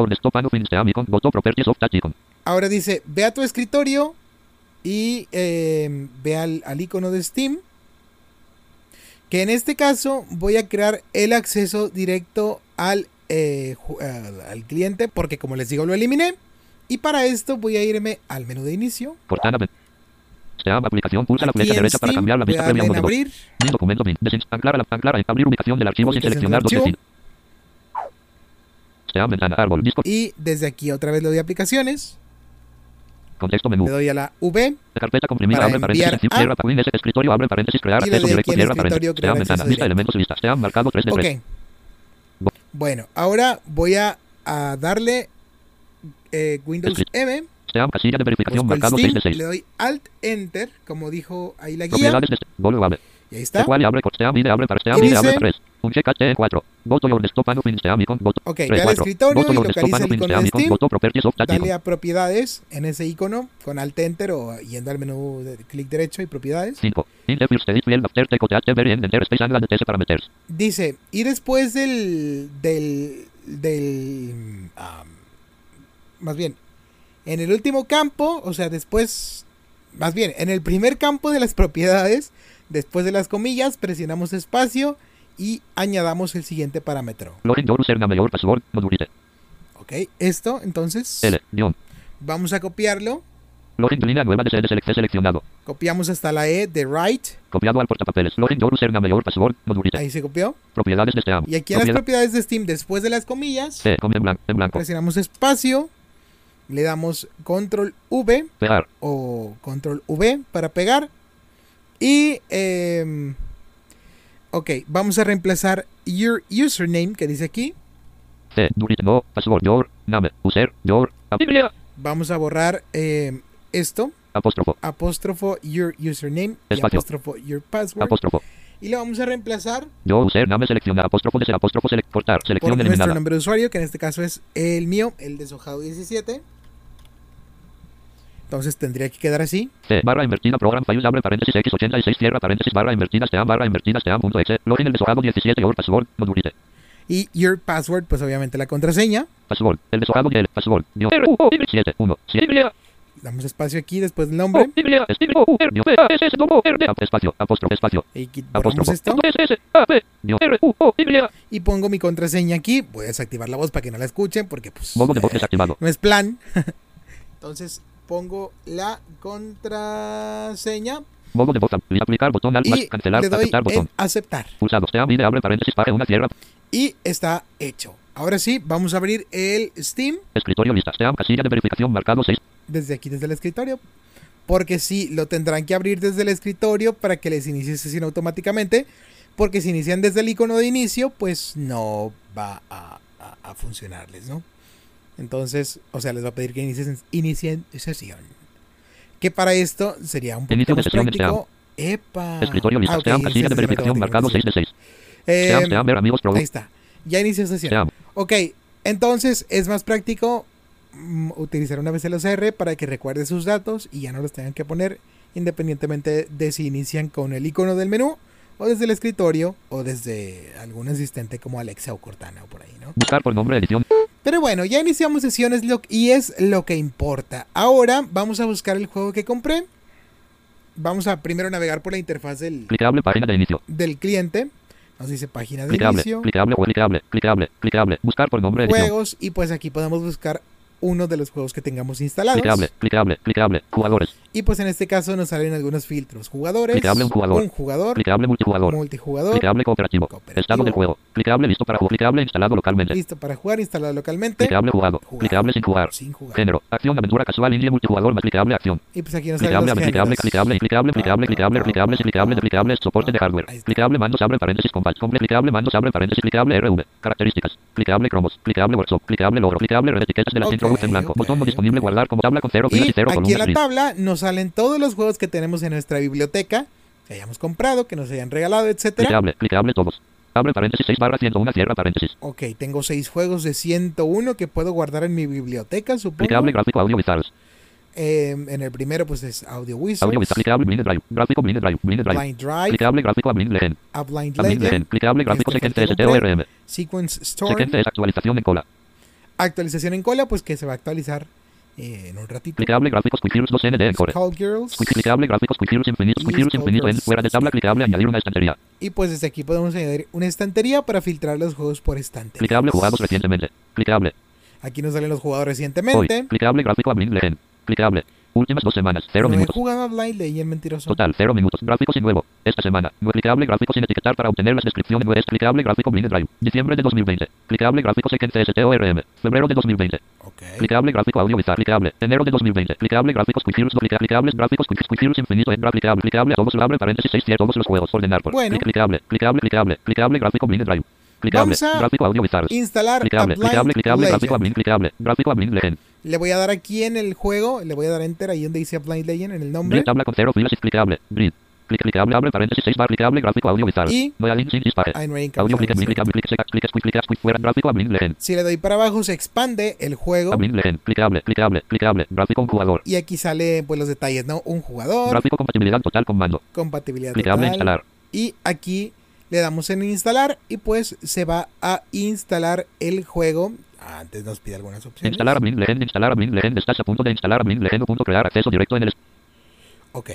Ahora dice, ve a tu escritorio y eh, ve al, al icono de Steam, que en este caso voy a crear el acceso directo al, eh, al, al cliente, porque como les digo lo eliminé, y para esto voy a irme al menú de inicio. Cortana. Steam aplicación, pulsa la Aquí flecha en derecha para Steam, cambiar la voy a vista darle previa a un en documento. abrir. Mi documento bin. Desin- anclar a la anclar a abrir ubicación del archivo sin Ubicación seleccionar del dos archivo. destinos. Steam ventana árbol disco. Y desde aquí otra vez le doy a aplicaciones, Contexto menú. le doy a la V Carpeta comprimida, para abre paréntesis, enviar a- cierra paréntesis, escritorio, abre paréntesis, crear y le acceso doy directo, aquí en cierra escritorio, paréntesis. crear Steam ventana, acceso lista directo. elementos lista. Steam marcado tres de tres. Ok. Bueno, ahora voy a, a darle eh, Windows M, Steam casilla de verificación busco el marcado seis Steam, de seis. le doy Alt Enter, como dijo ahí la guía, Propiedades de Bolo abre. y ahí está. Cual abre Steam ide abre para Steam Y ide abre dice- tres. Un check T cuatro. Voto your desktop and open Steam icon voto. Ok, tres, ve al cuatro. escritorio Voto y your desktop localiza and el open icono Steam de icon Steam, voto properties of dale a propiedades en ese icono con Alt Enter o yendo al menú de clic derecho y propiedades. cinco. Interface edit twelve after take out very end enter space and T S parameters. Dice, y después del, del, del, um, más bien, en el último campo, o sea, después, más bien, en el primer campo de las propiedades, después de las comillas, presionamos espacio y añadamos el siguiente parámetro. Login your username your password modulite. Ok, esto, entonces, L, guión. vamos a copiarlo. Login línea nueva de select seleccionado. Copiamos hasta la E de right. Copiado al portapapeles. Login your username your password modulite. Ahí se copió. Propiedades de Steam. Y aquí en las propiedades de Steam, después de las comillas, C, com en blanco. En blanco. presionamos espacio. Le damos control V Pegar. o control V para pegar. Y, eh, ok, vamos a reemplazar your username que dice aquí. C, dulite no, password your, name, user, your, Biblia. Vamos a borrar eh, esto. Apóstrofo. Apóstrofo your username y Espacio. apóstrofo your password. Apóstrofo. Y lo vamos a reemplazar Yo username selecciona apóstrofo de ser apóstrofo select cortar. por Selección nuestro eliminada. nombre de usuario, que en este caso es el mío, el deshojado diecisiete. Entonces tendría que quedar así. C, barra invertida program file abre paréntesis x ochenta y seis cierra paréntesis barra invertida steam barra invertida steam punto exe. Login el deshojado diecisiete your password modulite. Y your password, pues obviamente la contraseña. Password. El deshojado y el password. siete uno siete. Damos espacio aquí después del nombre. O, Y, estilo, U, R, D, A, S, S, W, R, D, A, espacio, apóstrofe, espacio. Y aquí borramos Apóstrofo. esto. S, S, A, B, R, U, O, Y. Y pongo mi contraseña aquí. Voy a desactivar la voz para que no la escuchen porque pues Modo de voz eh, desactivado. no es plan. Entonces pongo la contraseña Modo de voz. Aplicar botón alt más y cancelar. le doy Aceptar botón. en aceptar. Pulsado. Se abre, abre paréntesis, paje una cierra. Y está hecho. Ahora sí, vamos a abrir el Steam Escritorio lista. Se casilla de verificación marcado seis. desde aquí, desde el escritorio. Porque sí, lo tendrán que abrir desde el escritorio para que les inicie sesión automáticamente. Porque si inician desde el icono de inicio, pues no va a, a, a funcionarles, ¿no? Entonces, o sea, les va a pedir que inicien, inicien sesión. Que para esto sería un poquito Inicio de más sesión en práctico. Epa. Escritorio lista. Ah, ok, Se inicio casilla de sesión verificación marcado seis automáticamente. de seis. Eh, Sean, sean, ver amigos pro. Ahí está. Ya inició sesión. Sean. Ok, entonces es más práctico mm, utilizar una vez el O C R para que recuerde sus datos y ya no los tengan que poner independientemente de si inician con el icono del menú o desde el escritorio o desde algún asistente como Alexa o Cortana o por ahí, ¿no? Buscar por nombre edición. Pero bueno, ya iniciamos sesiones lo- y es lo que importa. Ahora vamos a buscar el juego que compré. Vamos a primero navegar por la interfaz del, Clicable página de inicio. del cliente. Nos dice página de Clicable, inicio, clicable, o clicable, clicable, clicable. Buscar por nombre edición. juegos y pues aquí podemos buscar uno de los juegos que tengamos instalados. Clicable, clicable, clicable. Jugadores. Y pues en este caso nos salen algunos filtros. Jugadores, Clicable un jugador. un jugador, Clicable multijugador. multijugador, Clicable cooperativo. Cooperativo. Estado del juego. Clicable listo para jugar. Clicable instalado localmente. listo para jugar, instalado localmente, Clicable jugado. Jugado. Clicable sin jugar. sin jugar. Género. Acción, aventura casual, indie, multijugador más clicable, acción. Y pues aquí nos salen Clicable, los clicable, géneros. clicable, clicable, clicable, clicable, clicable, clicable, clicable, soporte de hardware. Ahí está. Clicable, mandos, abre paréntesis, compas, comple, clicable, mandos, abre paréntesis, clicable, R V. Características. Clicable, cromos. Clicable, workshop. Clicable, logro. Clicable, red etiquetas de las Ok, introduce en blanco. ok, Botón no disponible, ok. guardar como tabla con cero filas y Y cero aquí en columnas la gris. tabla nos salen todos los juegos que tenemos en nuestra biblioteca, que hayamos comprado, que nos hayan regalado, etcétera. Clicable, clicable todos. Abre paréntesis seis barra ciento uno, cierra paréntesis. Ok, tengo seis juegos de ciento uno que puedo guardar en mi biblioteca, supongo. Clicable, gráfico, audio, wizards. Eh, en el primero pues es Audio Wizards, Audio, wizards. Clicable, blind drive. Gráfico, blind drive. Blind drive. Blind Drive, Clicable, gráfico, a blind legend. A Blind A blind Legend, legend. Clicable, gráfico, Este sequence, fue el que S T O R compré. M. Sequence Storm, Sequence es actualización en cola. actualización en cola, pues que se va a actualizar eh, en un ratito. Clicable, gráficos, Quick Heroes dos N D en core. Skullgirls. Quick- Clicable, gráficos, Quick Heroes infinitos, Y Quick Heroes infinitos en Skullgirls. fuera de tabla, clicable, añadir una estantería. Y pues desde aquí podemos añadir una estantería para filtrar los juegos por estantería. Clicable, jugados recientemente. Clicable. Aquí nos salen los jugadores Hoy. recientemente. Clicable, gráfico, a blind legend. Clicable. Últimas dos semanas, cero No he minutos. jugado a Blind Legend, mentiroso. Total, cero minutos. Gráfico sin nuevo. Esta semana. No clicable, gráfico sin etiquetar para obtener las descripciones. No es clicable, gráfico, blind drive. Diciembre de dos mil veinte. Clicable, gráfico, sequence, S T O R M. Febrero de dos mil veinte. Ok. Clicable, gráfico, audio, wizard. Clicable. Enero de dos mil veinte. Clicable, gráficos, Quick Heroes, clica- clicables, gráficos, Quick Quick Heroes infinito en clicable, clicable, todos lo abre, paréntesis seis, todos los juegos, ordenar por. Bueno. Clic- Clicable, clicable, clicable, clicable, gráfico, blind drive. Clicable, Vamos a gráfico, audio, wizard. Instalar Clicable, a Blind clicable, clicable, gráfico, a Legend. blind, clicable, gráfico, a blind legend. Le voy a dar aquí en el juego, le voy a dar enter ahí donde dice Blind Legend en el nombre. Grid tabla con cero filas y clicable, grid. Clic, clicable, abre paréntesis seis bar, clicable, gráfico, audio, wizard. Y- No hay link sin dispaje. Ah, no hay Audio, clic, encabezado, clic, clic, clic, clic, clic, clic, clic, fuera, gráfico, a blind legend. Si le doy para abajo se expande el juego A blind legend, clicable, clicable, clicable, gráfico, un jugador. y aquí sale pues los detalles, ¿no? Un jugador, Gráfico, compatibilidad total con mando. compatibilidad Clicable, total. instalar. Y aquí le damos en instalar y pues se va a instalar el juego. Antes nos pide algunas opciones. Instalar a blind legend, instalar a blind legend, estás a punto de instalar a blind legend, punto crear acceso directo en el Ok.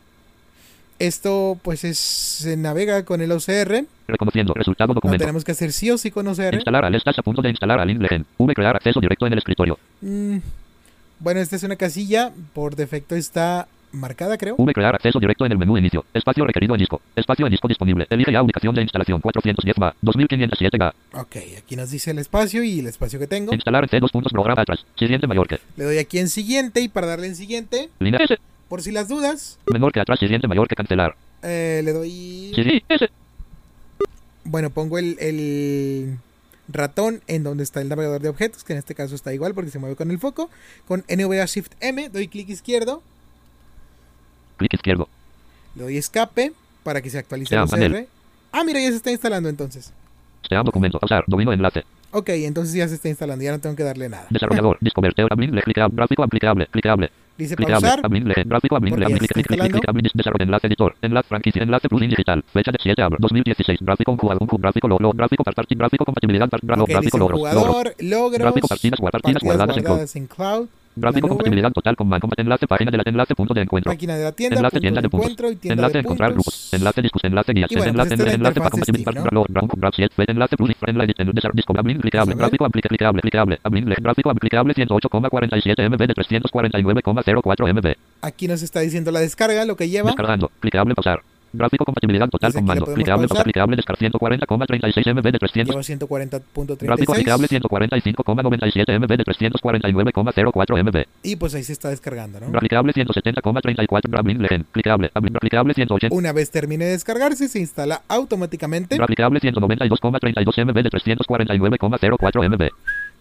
Esto pues es, se navega con el O C R. reconociendo resultado Lo documento. tenemos que hacer sí o sí con O C R. Instalar al estás a punto de instalar a blind legend. V crear acceso directo en el escritorio. Mm, bueno, esta es una casilla. Por defecto está marcada, creo. V crear acceso directo en el menú inicio. Espacio requerido en disco. Espacio en disco disponible. Elige ya ubicación de instalación cuatrocientos diez M B, dos mil quinientos siete G. Ok, aquí nos dice el espacio y el espacio que tengo. Instalar en C dos puntos programa atrás. Siguiente mayor que. Le doy aquí en siguiente y para darle en siguiente, Línea S. por si las dudas, Menor que atrás. Siguiente mayor que cancelar. eh, le doy... Sí, sí, S. Bueno, pongo el, el ratón en donde está el navegador de objetos, que en este caso está igual porque se mueve con el foco. Con N V A Shift M, doy clic izquierdo, Clic izquierdo. le doy escape para que se actualice Ya, el O C panel. R. Ah, mira, ya se está instalando entonces. Sea documento. Pausar. Domino enlace. Ok, entonces ya se está instalando, ya no tengo que darle nada. Desarrollador. Discover. Teor. Ablin. Le. Clicable. Gráfico aplicable. Clicable. Dice Clicable. pausar. Ablin. Le. Gráfico. Ablin. Porque Le. ya Clic. se Clic. está Clic. Clic. instalando. Ablin. Desarrollo. Enlace editor. Enlace franquicia. Enlace plugin digital. Fecha de siete abril dos mil dieciséis. Gráfico. Un jugador. Un gráfico. Logro. Gráfico. Part. Gráfico. Compatibilidad. Part. Ok, Gráfico. dice Logros. Logros. jugador, logros, Gráfico, partidas, guard- partidas guardadas en cloud. cloud. Gráfico nube. compatibilidad total con Mancom. Enlace página de la enlace punto de encuentro. Página de la tienda, Enlace punto tienda de de puntos. encuentro y tienda Enlace de encontrar puntos. grupos. Enlace discos. Enlace guías. Y bueno, Enlace pues esta es la enlace para interfaz de compatibilidad. Steam, ¿no? Graph graph graph siete enlace plus friendly desarrollo disco abrir clicable. Vamos a ver. Gráfico aplicable clicable. Abrir gráfico aplicable ciento ocho coma cuarenta y siete megabytes de trescientos cuarenta y nueve coma cero cuatro megabytes. Aquí nos está diciendo la descarga, lo que lleva. Descargando. Clicable pausar. Gráfico compatibilidad total Desde con aquí la mando. podemos Clicable pausar. pausar. Clicable descargar ciento cuarenta coma treinta y seis megabytes de trescientos. Lleva ciento cuarenta punto treinta y Gráfico aplicable seis. ciento cuarenta y cinco coma noventa y siete megabytes de trescientos cuarenta y nueve coma cero cuatro megabytes. Y pues ahí se está descargando, ¿no? Aplicable ciento setenta coma treinta y cuatro. Abrir legend. Clicable. Abrir aplicable ciento ochenta. Una vez termine de descargarse, se instala automáticamente. Aplicable ciento noventa y dos coma treinta y dos megabytes de trescientos cuarenta y nueve coma cero cuatro megabytes.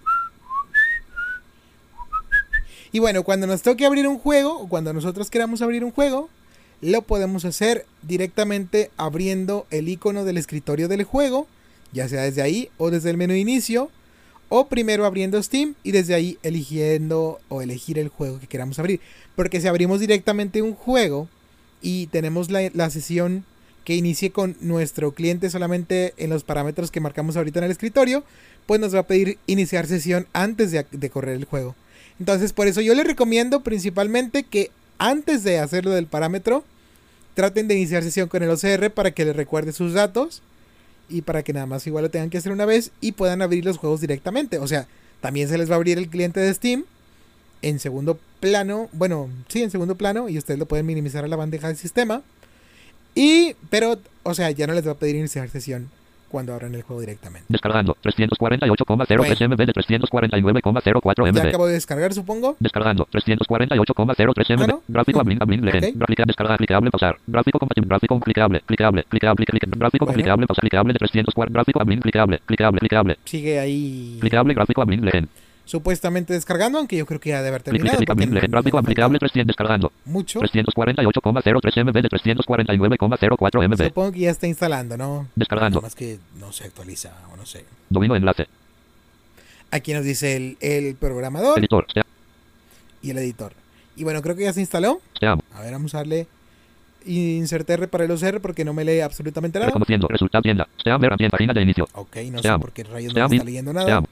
Y bueno, cuando nos toque abrir un juego, o cuando nosotros queramos abrir un juego, lo podemos hacer directamente abriendo el icono del escritorio del juego, ya sea desde ahí o desde el menú inicio, o primero abriendo Steam y desde ahí eligiendo o elegir el juego que queramos abrir. Porque si abrimos directamente un juego y tenemos la, la sesión que inicie con nuestro cliente solamente en los parámetros que marcamos ahorita en el escritorio, pues nos va a pedir iniciar sesión antes de, de correr el juego. Entonces por eso yo les recomiendo principalmente que antes de hacerlo del parámetro, traten de iniciar sesión con el O C R para que les recuerde sus datos y para que nada más igual lo tengan que hacer una vez y puedan abrir los juegos directamente. O sea, también se les va a abrir el cliente de Steam en segundo plano, bueno, sí, en segundo plano, y ustedes lo pueden minimizar a la bandeja del sistema. Y, pero, o sea, ya no les va a pedir iniciar sesión cuando abran el juego directamente. Descargando trescientos cuarenta y ocho coma cero tres megabytes de trescientos cuarenta y nueve coma cero cuatro Ya megabytes. acabo de descargar, supongo. Descargando trescientos cuarenta y ocho coma cero tres megabytes. ¿no? Gráfico abrir abrir legend. Ok. Gráfica descarga clicable pausar. Gráfico compatible. Gráfico clicable clicable clicable clicable. Gráfico Bueno. clicable pausar. Clicable de trescientos cuarenta. Gráfico abrir clicable clicable clicable Sigue ahí clicable. Gráfico abrir legend. supuestamente descargando, aunque yo creo que ya debe haber Clic terminado. clic abrir porque legend. me Gráfico falta aplicable trescientos. Descargando mucho. trescientos cuarenta y ocho coma cero tres megabytes de trescientos cuarenta y nueve coma cero cuatro megabytes. Supongo que ya está instalando, ¿no? Descargando. Nada más que no se actualiza o no sé. Domino enlace. Aquí nos dice el, el programador Editor. Sea- y el editor. Y bueno, creo que ya se instaló. Seam. A ver, vamos a darle insert R para el O C R porque no me lee absolutamente nada. Reconociendo. Resultado tienda. Seam ver ambiente. Página de inicio. Ok, no sé Seam. por qué rayos no Seam. me está leyendo nada. Seam.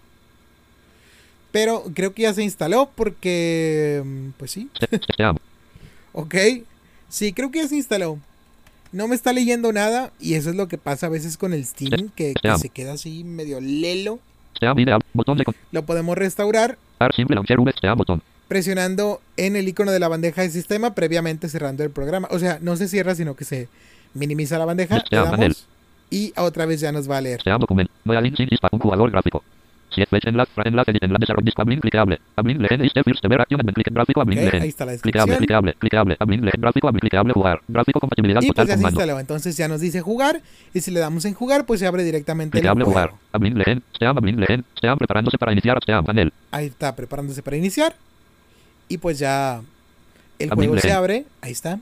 Pero creo que ya se instaló porque... mm, Pues sí. Seam. Ok. Sí, creo que ya se instaló. No me está leyendo nada y eso es lo que pasa a veces con el Steam, que, que Seam. se queda así medio lelo. Seam ideal. Botón de Lo podemos restaurar contar. Simple launcher V. Seam botón. presionando en el icono de la bandeja de sistema previamente cerrando el programa. O sea, no se cierra, sino que se minimiza la bandeja. Le Seam panel. damos y otra vez ya nos va a leer. Seam documento. No hay link sin dispa. Un jugador gráfico. siete fecha enlace. Enlace edit enlace desarrollo disco abrir clicable. Abrir legend is the first ever action and click gráfico abrir Ok, ahí legend. está la Clicable, descripción. clicable, clicable, abrir legend, gráfico abrir clicable jugar. Gráfico compatibilidad Y total pues ya con se mando. instaló. Entonces ya nos dice jugar. Y si le damos en jugar, pues se abre directamente el Clicable juego. jugar. Abrir legend. Seam abrir legend. Seam preparándose para iniciar. Seam panel. Ahí está, preparándose para iniciar. Y pues ya el Abrir juego se legend. abre. Ahí está.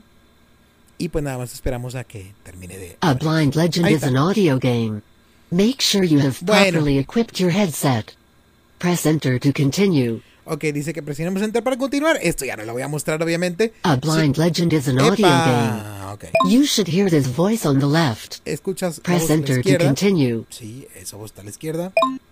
Y pues nada más esperamos a que termine de... A Blind Legend Ahí is está. an audio game. Make sure you have Bueno. properly equipped your headset. Press enter to continue. Ok, dice que presionemos enter para continuar. Esto ya no lo voy a mostrar, obviamente. A Blind Legend is an audio game. Epa, ok. You should hear this voice on the left. Escuchas la Press voz a la enter to izquierda. continue. Sí, esa voz está a la izquierda.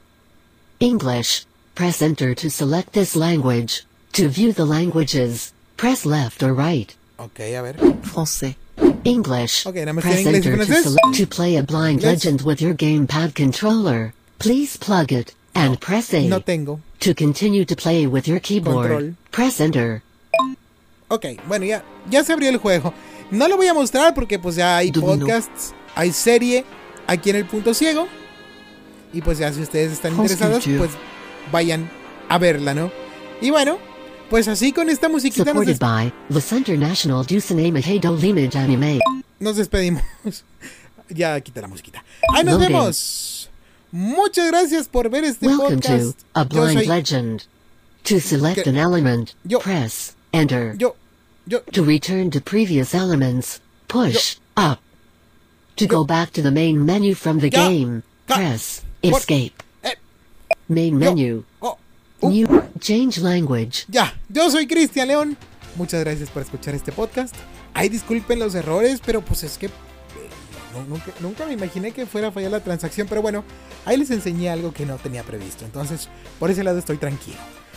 English. Press enter to select this language. To view the languages, press left or right. Ok, a ver. Français. English. Ok, nada más Press tiene inglés y enter to francés. select to play a Blind Inglés. Legend with your gamepad controller. Please plug it and press A. No tengo. To continue to play with your keyboard, Control. press enter. Ok, bueno, ya, ya se abrió el juego. No lo voy a mostrar porque pues ya hay Domino. podcasts, hay serie aquí en el Punto Ciego. Y pues ya si ustedes están France interesados, Culture. pues vayan a verla, ¿no? Y bueno, pues así con esta musiquita nos, Supported des- by the Center National du Cinema Heido Limage Anime. nos despedimos. Ya quita la musiquita. ¡Ahí nos Loading. vemos! Muchas gracias por ver este Welcome podcast. to A Yo Blind soy, Legend. To select Que- an element, Yo- press enter. yo, yo, To return to previous elements, push up. To Yo- go back to the main menu from the Ya- game, Ca- press por- escape. eh, Main yo- menu. oh, uh, New change language. Ya, yo soy Cristian León. Muchas gracias por escuchar este podcast. Ay, disculpen los errores, pero pues es que eh, no, nunca, nunca me imaginé que fuera a fallar la transacción. Pero bueno, ahí les enseñé algo que no tenía previsto. Entonces, por ese lado estoy tranquilo.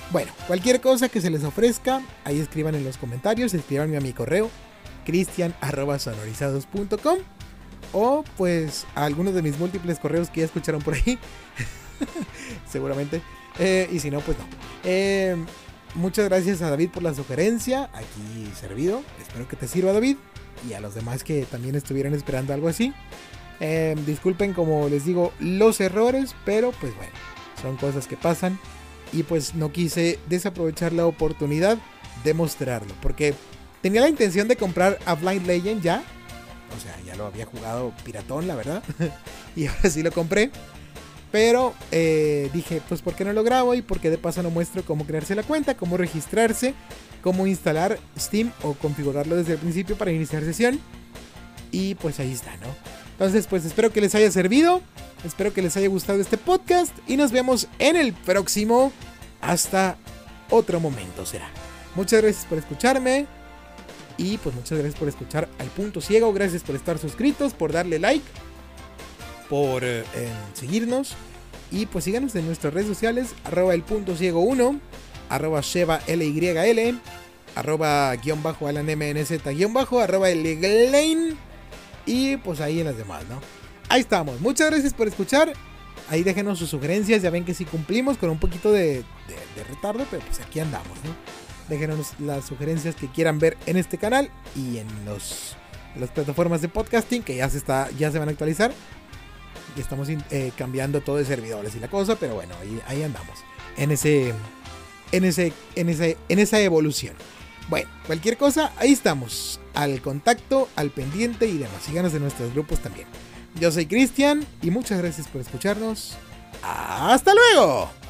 Bueno, cualquier cosa que se les ofrezca, ahí escriban en los comentarios, escríbanme a mi correo, cristian arroba sonorizados punto com, o pues a algunos de mis múltiples correos que ya escucharon por ahí, seguramente, eh, y si no, pues no. Eh, muchas gracias a David por la sugerencia, aquí servido, espero que te sirva, David, y a los demás que también estuvieran esperando algo así. Eh, disculpen, como les digo, los errores, pero pues bueno, son cosas que pasan. Y pues no quise desaprovechar la oportunidad de mostrarlo, porque tenía la intención de comprar a Blind Legend ya. O sea, ya lo había jugado piratón, la verdad. Y ahora sí lo compré. Pero eh, dije, pues ¿por qué no lo grabo? Y porque de paso no muestro cómo crearse la cuenta, cómo registrarse, cómo instalar Steam o configurarlo desde el principio para iniciar sesión. Y pues ahí está, ¿no? Entonces pues espero que les haya servido. Espero que les haya gustado este podcast y nos vemos en el próximo. Hasta otro momento será. Muchas gracias por escucharme. Y pues muchas gracias por escuchar al Punto Ciego. Gracias por estar suscritos, por darle like, por eh, seguirnos. Y pues síganos en nuestras redes sociales. Arroba el Punto Ciego uno, arroba Sheva L Y L, arroba guión bajo Alan M N Z guión bajo, arroba el Lane. Y pues ahí en las demás, ¿no? Ahí estamos, muchas gracias por escuchar. Ahí déjenos sus sugerencias, ya ven que sí cumplimos con un poquito de, de, de retardo, pero pues aquí andamos, ¿no? Déjenos las sugerencias que quieran ver en este canal y en, los, en las plataformas de podcasting que ya se, está, ya se van a actualizar. Y estamos eh, cambiando todo de servidores y la cosa, pero bueno, ahí, ahí andamos, en, ese, en, ese, en, ese, en esa evolución. Bueno, cualquier cosa, ahí estamos, al contacto, al pendiente y demás. Síganos en nuestros grupos también. Yo soy Cristian y muchas gracias por escucharnos. ¡Hasta luego!